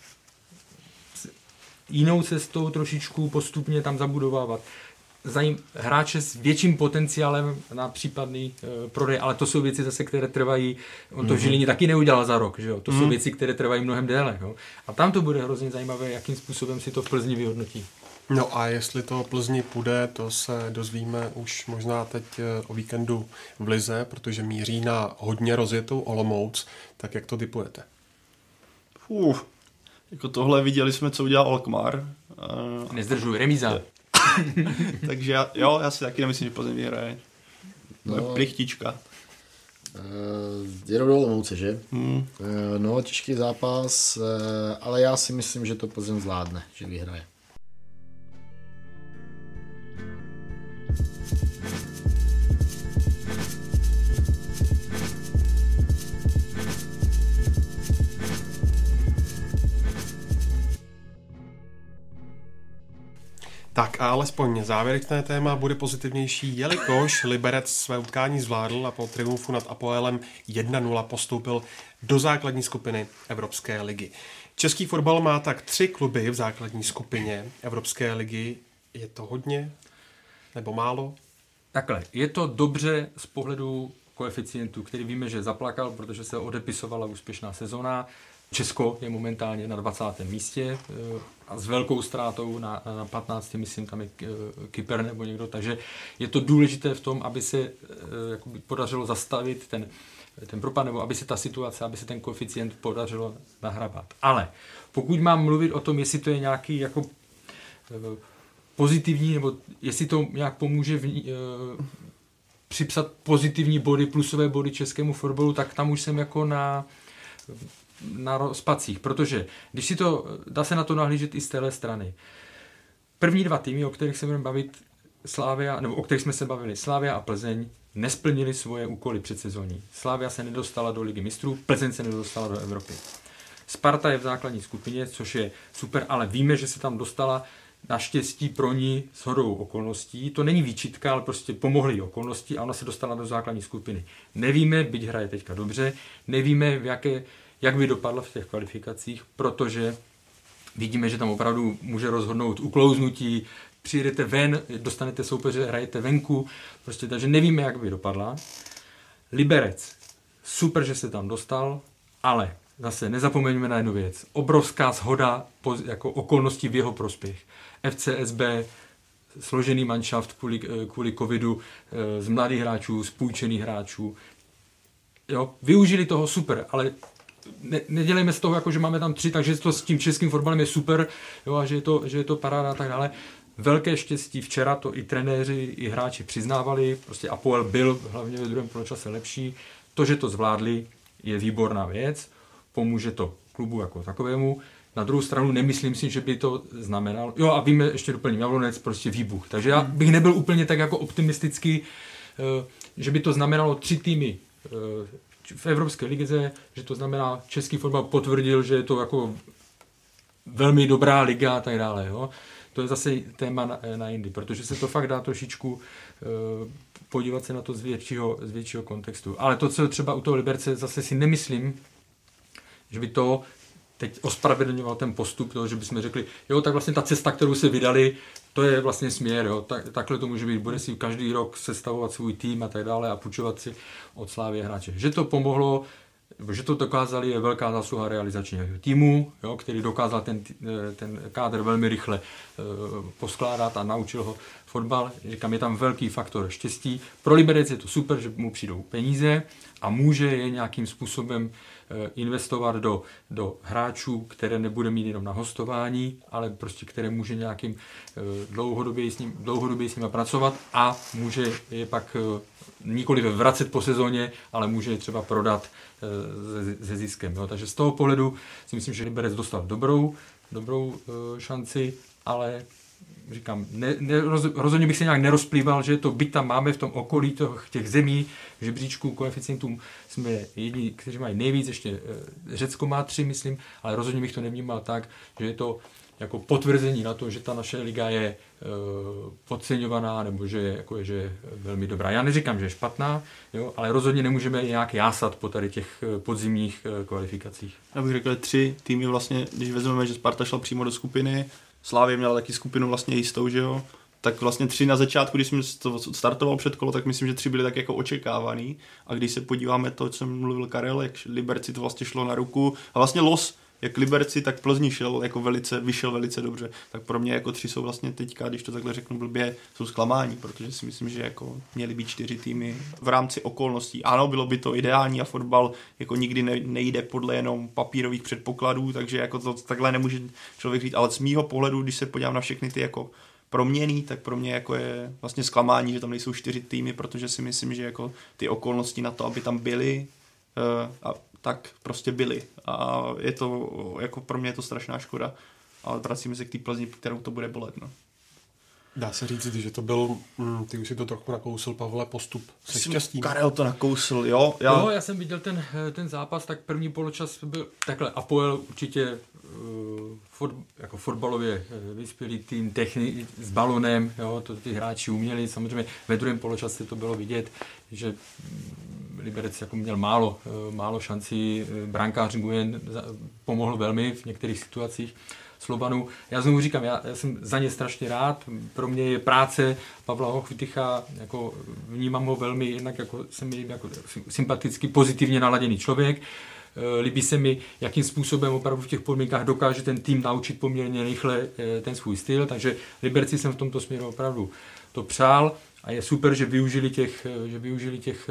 jinou cestou trošičku postupně tam zabudovávat. Zajím, hráče s větším potenciálem na případný e, prodej, ale to jsou věci zase, které trvají, on to v Žilině taky neudělal za rok, že jo? To mm. jsou věci, které trvají mnohem déle. Jo? A tam to bude hrozně zajímavé, jakým způsobem si to v Plzni vyhodnotí. No a jestli to Plzni půjde, to se dozvíme už možná teď o víkendu v lize, protože míří na hodně rozjetou Olomouc, tak jak to tipujete? Uf, jako tohle viděli jsme, co udělal Alkmaar. Nezdržuj, remíza. Takže já, jo, já si taky nemyslím, že Plzeň vyhraje. No, plichtička. Uh, jedou do Olomouce, že? Hmm. Uh, no, těžký zápas, uh, ale já si myslím, že to Plzeň zvládne, že vyhraje. Tak a alespoň závěrečné téma bude pozitivnější, jelikož Liberec své utkání zvládl a po triumfu nad Apoelem jedna nula postoupil do základní skupiny Evropské ligy. Český fotbal má tak tři kluby v základní skupině Evropské ligy. Je to hodně nebo málo? Takhle, je to dobře z pohledu koeficientu, který víme, že zaplakal, protože se odepisovala úspěšná sezona. Česko je momentálně na dvacátém místě a s velkou ztrátou na, na patnáctém myslím, tam je Kypr nebo někdo, takže je to důležité v tom, aby se jakoby podařilo zastavit ten, ten propad, nebo aby se ta situace, aby se ten koeficient podařilo nahrabat. Ale pokud mám mluvit o tom, jestli to je nějaký jako pozitivní, nebo jestli to nějak pomůže v, připsat pozitivní body, plusové body českému fotbalu, tak tam už jsem jako na na rozpacích, protože když si to, dá se na to nahlížet i z téhle strany. První dva týmy, o kterých se budeme bavit, Slavia, nebo o kterých jsme se bavili, Slavia a Plzeň, nesplnili svoje úkoly předsezónní. Slavia se nedostala do Ligy mistrů, Plzeň se nedostala do Evropy. Sparta je v základní skupině, což je super, ale víme, že se tam dostala naštěstí pro ní shodou okolností. To není výčitka, ale prostě pomohly jí okolnosti a ona se dostala do základní skupiny. Nevíme, byť hraje teďka dobře, nevíme, v jaké jak by dopadla v těch kvalifikacích, protože vidíme, že tam opravdu může rozhodnout uklouznutí, přijedete ven, dostanete soupeře, hrajete venku, prostě, takže nevíme, jak by dopadla. Liberec, super, že se tam dostal, ale zase nezapomeňme na jednu věc. Obrovská shoda jako okolností v jeho prospěch. F C S B, složený manšaft kvůli, kvůli covidu, z mladých hráčů, z půjčených hráčů. Jo, využili toho super, ale ne, nedělejme z toho, jako, že máme tam tři, takže to s tím českým fotbalem je super, jo, a že je, to, že je to paráda a tak dále. Velké štěstí, včera to i trenéři, i hráči přiznávali, prostě Apoel byl hlavně ve druhém poločase lepší. To, že to zvládli, je výborná věc, pomůže to klubu jako takovému. Na druhou stranu nemyslím si, že by to znamenalo, jo a víme, ještě doplním, Jablonec prostě výbuch, takže já bych nebyl úplně tak jako optimistický, že by to znamenalo tři týmy v Evropské lize, že to znamená, český fotbal potvrdil, že je to jako velmi dobrá liga a tak dále, jo. To je zase téma na, na jindy, protože se to fakt dá trošičku uh, podívat se na to z většího, z většího kontextu. Ale to, co třeba u toho Liberce, zase si nemyslím, že by to teď ospravedlňoval ten postup toho, že bychom řekli, jo, tak vlastně ta cesta, kterou se vydali, to je vlastně směr, jo, tak, takhle to může být, bude si každý rok sestavovat svůj tým a tak dále a půjčovat si od Slávy hráče. Že to pomohlo, že to dokázali, je velká zásluha realizačního týmu, jo, který dokázal ten, ten kádr velmi rychle uh, poskládat a naučil ho fotbal. Říkám, je tam velký faktor štěstí. Pro Liberec je to super, že mu přijdou peníze a může je nějakým způsobem uh, investovat do, do hráčů, které nebude mít jenom na hostování, ale prostě které může nějakým uh, dlouhodobě s ním, dlouhodobě s nimi pracovat a může je pak uh, nikoliv vracet po sezóně, ale může je třeba prodat se, se ziskem. Jo. Takže z toho pohledu si myslím, že Liberec dostal dobrou, dobrou uh, šanci, ale říkám, ne, ne, roz, rozhodně bych se nějak nerozplýval, že to byť tam máme v tom okolí těch, těch zemí, v žebříčku koeficientům jsme jediní, kteří mají nejvíc, ještě uh, Řecko má tři, myslím, ale rozhodně bych to nevnímal tak, že je to jako potvrzení na to, že ta naše liga je uh, podceňovaná, nebo že je, jako je, že je velmi dobrá. Já neříkám, že je špatná, jo, ale rozhodně nemůžeme nějak jásat po tady těch podzimních uh, kvalifikacích. Já bych řekl, tři týmy vlastně, když vezmeme, že Sparta šla přímo do skupiny, Slavia měla taky skupinu vlastně jistou, že jo, tak vlastně tři na začátku, když jsem to startoval před kolo, tak myslím, že tři byly tak jako očekávaný. A když se podíváme to, co mluvil Karel, jak Liberci to vlastně šlo na ruku a vlastně los jak Liberci, tak Plzni šel jako velice, vyšel velice dobře. Tak pro mě jako tři jsou vlastně teďka, když to takhle řeknu blbě, jsou zklamání, protože si myslím, že jako měly být čtyři týmy v rámci okolností. Ano, bylo by to ideální a fotbal jako nikdy ne, nejde podle jenom papírových předpokladů, takže jako to takhle nemůže člověk říct, ale z mýho pohledu, když se podívám na všechny ty jako proměný, tak pro mě jako je vlastně zklamání, že tam nejsou čtyři týmy, protože si myslím, že jako ty okolnosti na to, aby tam byly uh, a tak prostě byly. A je to, jako pro mě je to strašná škoda. Ale vracíme se k té Plzni, kterou to bude bolet. No. Dá se říct, že to byl, mm, ty už si to trochu nakousil, Pavle, postup se štěstím. Karel to nakousl, jo. Já... No, já jsem viděl ten, ten zápas, tak první poločas byl takhle. Apoel určitě uh, fot, jako fotbalově vyspělý tým, technik s balonem, jo, to ty hráči uměli. Samozřejmě ve druhém poločase to bylo vidět, že Liberec jako měl málo, málo šancí, brankář Nguyen pomohl velmi v některých situacích Slobanu. Já znovu říkám, já, já jsem za ně strašně rád, pro mě je práce Pavla Hochvytycha, jako vnímám ho velmi, jednak jako jsem mi jako sympaticky, pozitivně naladěný člověk. Líbí se mi, jakým způsobem opravdu v těch podmínkách dokáže ten tým naučit poměrně rychle ten svůj styl, takže Liberci jsem v tomto směru opravdu to přál. A je super, že využili těch, že využili těch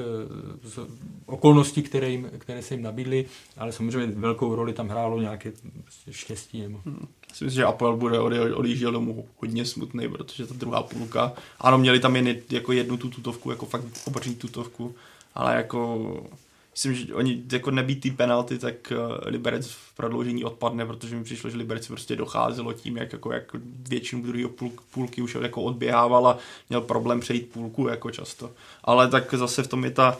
okolností, které, jim, které se jim nabídly, ale samozřejmě velkou roli tam hrálo nějaké štěstí. Nebo... Hmm. Myslím si, že Apoel bude odjížděl domů hodně smutný, protože ta druhá půlka, ano, měli tam jen jako jednu tu tutovku, jako fakt obří tutovku, ale jako myslím, že oni jako nebýt ty penalty, tak Liberec v prodloužení odpadne, protože mi přišlo, že Liberec prostě docházelo tím, jak, jako, jak většinu druhého půl, půlky už jako odběhával a měl problém přejít půlku jako často. Ale tak zase v tom je ta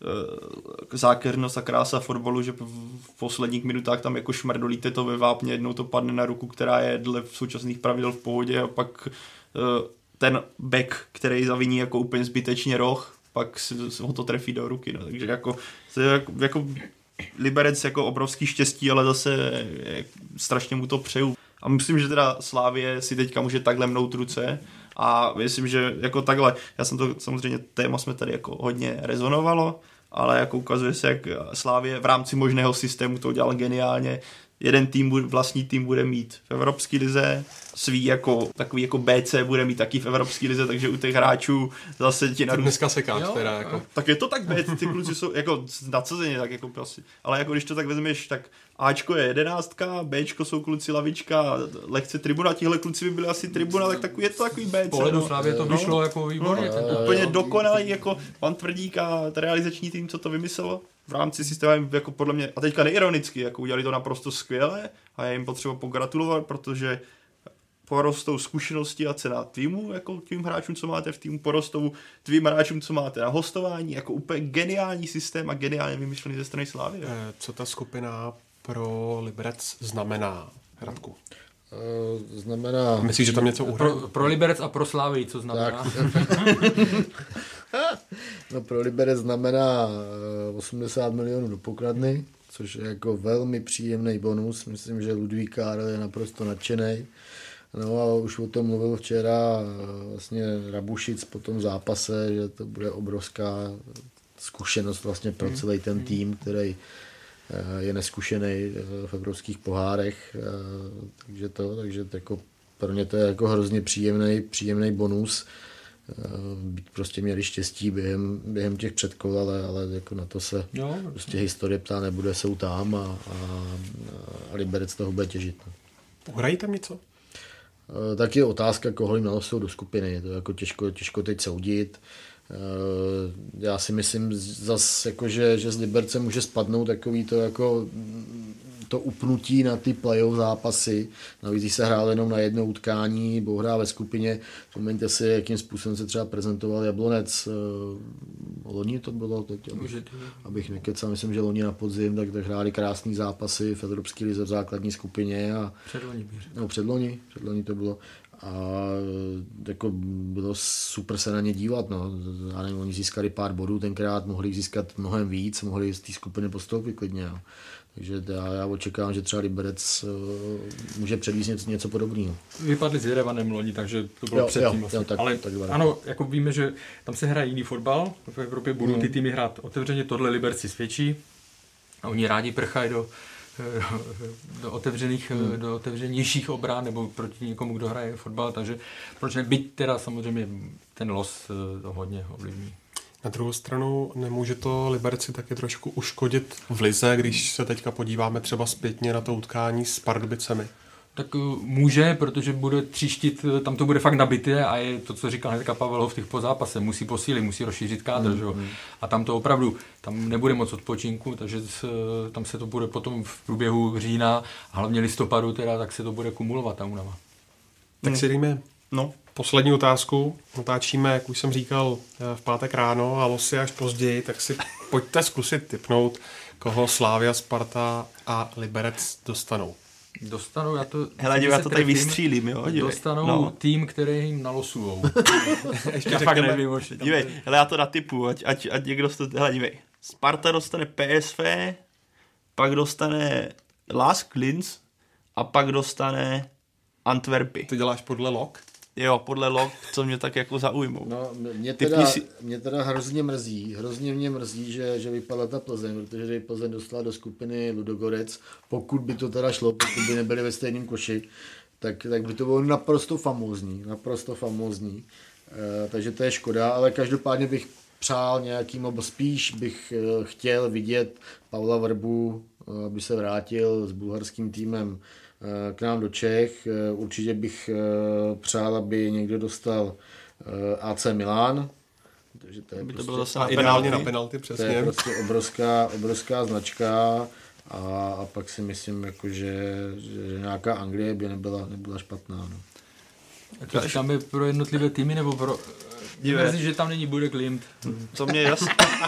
uh, zákeřnost a krása fotbalu, že v posledních minutách tam jako šmrdolíte to ve vápně, jednou to padne na ruku, která je dle současných pravidel v pohodě a pak uh, ten back, který zaviní jako úplně zbytečně roh, pak ho to trefí do ruky, no. Takže jako, jako, jako Liberec jako obrovský štěstí, ale zase strašně mu to přeju. A myslím, že teda Slavie si teďka může takhle mnout ruce a myslím, že jako takhle, já jsem to samozřejmě téma jsme tady jako hodně rezonovalo, ale jako ukazuje se, jak Slavie v rámci možného systému to udělal geniálně. Jeden tým, vlastní tým bude mít v Evropské lize, svý jako takový jako bé cé bude mít taky v Evropské lize, takže u těch hráčů zase ti na dneska sekáš teda jako. Tak je to tak bé cé, ty kluci jsou jako nadsazeně, tak jako prostě. Ale jako když to tak vezmeš, tak Ačko je jedenáctka, Bčko jsou kluci lavička, lehce tribuna, tihle kluci by byli asi tribuna, tak takový, je to takový bé cé. Pohledu no. Slávě to vyšlo no, jako výborně. No, úplně dokonalý, jako pan Tvrdík a realizační tým, co to vymyslelo v rámci systému, jako podle mě, a teďka neironicky, jako udělali to naprosto skvěle a je jim potřeba pogratulovat, protože porostou zkušenosti a cena týmu, jako tvým hráčům, co máte v týmu, porostou tvým hráčům, co máte na hostování, jako úplně geniální systém a geniálně vymyšlený ze strany Slavie. Co ta skupina pro Liberec znamená, Radku? Uh, znamená... Myslíš, že tam něco uhraje? Pro, pro Liberec a pro Slavii, co znamená? No pro Liberec znamená osmdesát milionů do pokladny, což je jako velmi příjemný bonus. Myslím, že Ludvík Karel je naprosto nadšený. No a už o tom mluvil včera vlastně Rabušic po tom zápase, že to bude obrovská zkušenost vlastně pro celý ten tým, který je neskušený v evropských pohárech, takže to, takže to jako pro ně to je jako hrozně příjemný, příjemný bonus. Být prostě měli štěstí během, během těch předkol, ale, ale jako na to se jo, prostě historie ptá nebude, jsou tam a, a, a Liberec toho bude těžit. No. Uhrají tam něco? Tak je otázka, koho jim nalosou do skupiny. Je to jako těžko, těžko teď soudit. Já si myslím zase, jako, že, že z Liberce může spadnout takový to, jako, to upnutí na ty playoff zápasy. Navíc, když se hrál jenom na jedno utkání, budou hrát ve skupině. Vzpomeňte si, jakým způsobem se třeba prezentoval Jablonec. Loni to bylo, teď, abych, abych nekecal, myslím, že loni na podzim, tak, tak hráli krásný zápasy v Evropské lize v základní skupině. A, předloni. No, předloni, předloni to bylo. A jako bylo super se na ně dívat. No. Já nevím, oni získali pár bodů, tenkrát mohli získat mnohem víc, mohli z té skupiny postoupit klidně. No. Takže já, já očekávám, že třeba Liberec uh, může předvíst něco, něco podobného. Vypadli s Jerevanem loni, takže to bylo jo, předtím. Jo, vlastně. jo, tak, ale tak ano, jako víme, že tam se hraje jiný fotbal, v Evropě budou hmm. ty týmy hrát otevřeně, tohle Liberci svědčí a oni rádi prchají do, do, otevřených, hmm. do otevřenějších obrán nebo proti někomu, kdo hraje fotbal, takže proč ne, byť teda samozřejmě ten los to hodně ovlivní. Na druhou stranu nemůže to Liberci taky trošku uškodit v lize, když se teďka podíváme třeba zpětně na to utkání s Pardubicemi. Tak může, protože bude tříštit, tam to bude fakt nabité a je to, co říkal hnedka Pavel v těch pozápase, musí posílit, musí rozšířit kádr, mm, že jo. Mm. A tam to opravdu, tam nebude moc odpočinku, takže tam se to bude potom v průběhu října a hlavně listopadu teda, tak se to bude kumulovat ta únava. Tak si dejme no. poslední otázku. Natáčíme, jak už jsem říkal, v pátek ráno a losy až později, tak si pojďte zkusit tipnout, koho Slavia, Sparta a Liberec dostanou. Dostanou, já to... Hele, dívej, já to tady vystřílím, jo? Dívej. Dostanou no. tým, který jim nalosujou. Ještě já fakt nevím, oči. Dívej, hele, já to natypuju, ať, ať, ať někdo to... Hele, dívej. Sparta dostane P S V, pak dostane Lask Linz a pak dostane Antwerpy. To děláš podle log? Jo, podle log, co mě tak jako zaujmou. No, mě teda, si... mě teda hrozně mrzí, hrozně mě mrzí, že, že vypadla ta Plzeň, protože kdyby Plzeň dostala do skupiny Ludogorec, pokud by to teda šlo, pokud by nebyli ve stejném koši, tak, tak by to bylo naprosto famózní, naprosto famózní. E, takže to je škoda, ale každopádně bych přál nějakým, nebo spíš bych e, chtěl vidět Pavla Vrbu, e, aby se vrátil s bulharským týmem k nám do Čech. Určitě bych přál, aby někdo dostal A C Milan. Takže to je by prostě, to bylo zase a ideálně na penalty, přesně. To je prostě obrovská, obrovská značka a, a pak si myslím, jako, že, že nějaká Anglie by nebyla, nebyla špatná. No. A to tam je pro jednotlivé týmy nebo pro... Mrzí, že tam není bude Klimt. Co mě jasně...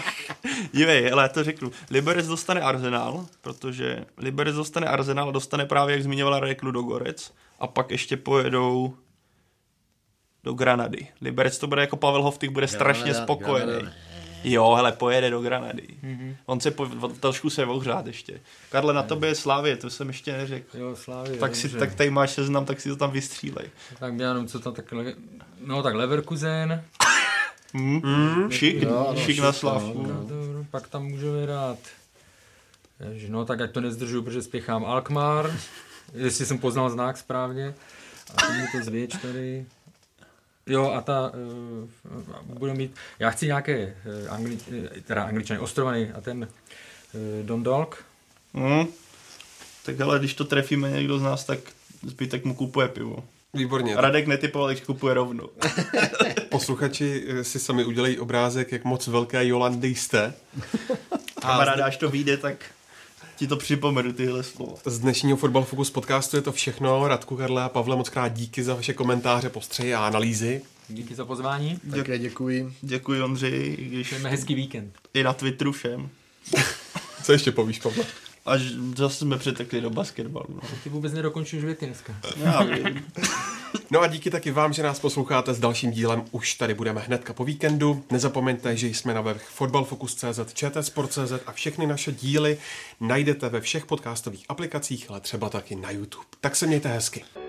Dívej, ale já to řeknu. Liberec dostane Arsenal, protože Liberec dostane Arsenal a dostane právě, jak zmiňovala Radek, Ludogorec a pak ještě pojedou do Granady. Liberec to bude jako Pavel Hovtych, bude strašně spokojený. Jo, hele, pojede do Granady. Mm-hmm. On se po, trošku se ohřát ještě. Karle, na tobě je Slavie, to jsem ještě neřekl. Jo, Slavie. Tak, si, tak tady máš seznam, tak si to tam vystřílej. Tak já jenom, co tam takhle... No tak Leverkusen. Mm. Mm. Šik, jo, no, šik na Slávku. No, no, pak tam můžeme dát... Ježi, no tak ať to nezdržuju, protože spěchám. Alkmaar, jestli jsem poznal znak správně. A teď mi to zvěč tady... Jo, a ta uh, bude mít, já chci nějaké uh, angli, teda angličany, ostrovany a ten uh, Dundalk. Mm. Tak ale když to trefíme někdo z nás, tak zbytek mu kupuje pivo. Výborně. Radek netypoval, když kupuje rovno. Posluchači si sami udělají obrázek, jak moc velké Jolandy jste. Kamaráda, až to vyjde, tak ti to připomenu tyhle slova. Z dnešního Fotbal Focus podcastu je to všechno. Radku, Karle a Pavle, moc krát díky za vaše komentáře, postřehy a analýzy. Díky za pozvání. Také děkuji. Děkuji, Ondřej, když Přejeme hezký víkend. i na Twitteru všem. Co ještě povíš, Pavle? Až zase jsme přetekli do basketbalu. No. Ty vůbec nedokončíš věty dneska. Já vím. No a díky taky vám, že nás posloucháte s dalším dílem. Už tady budeme hnedka po víkendu. Nezapomeňte, že jsme na webech fotbalfocus tečka cz, čtsport tečka cz a všechny naše díly najdete ve všech podcastových aplikacích, ale třeba taky na YouTube. Tak se mějte hezky.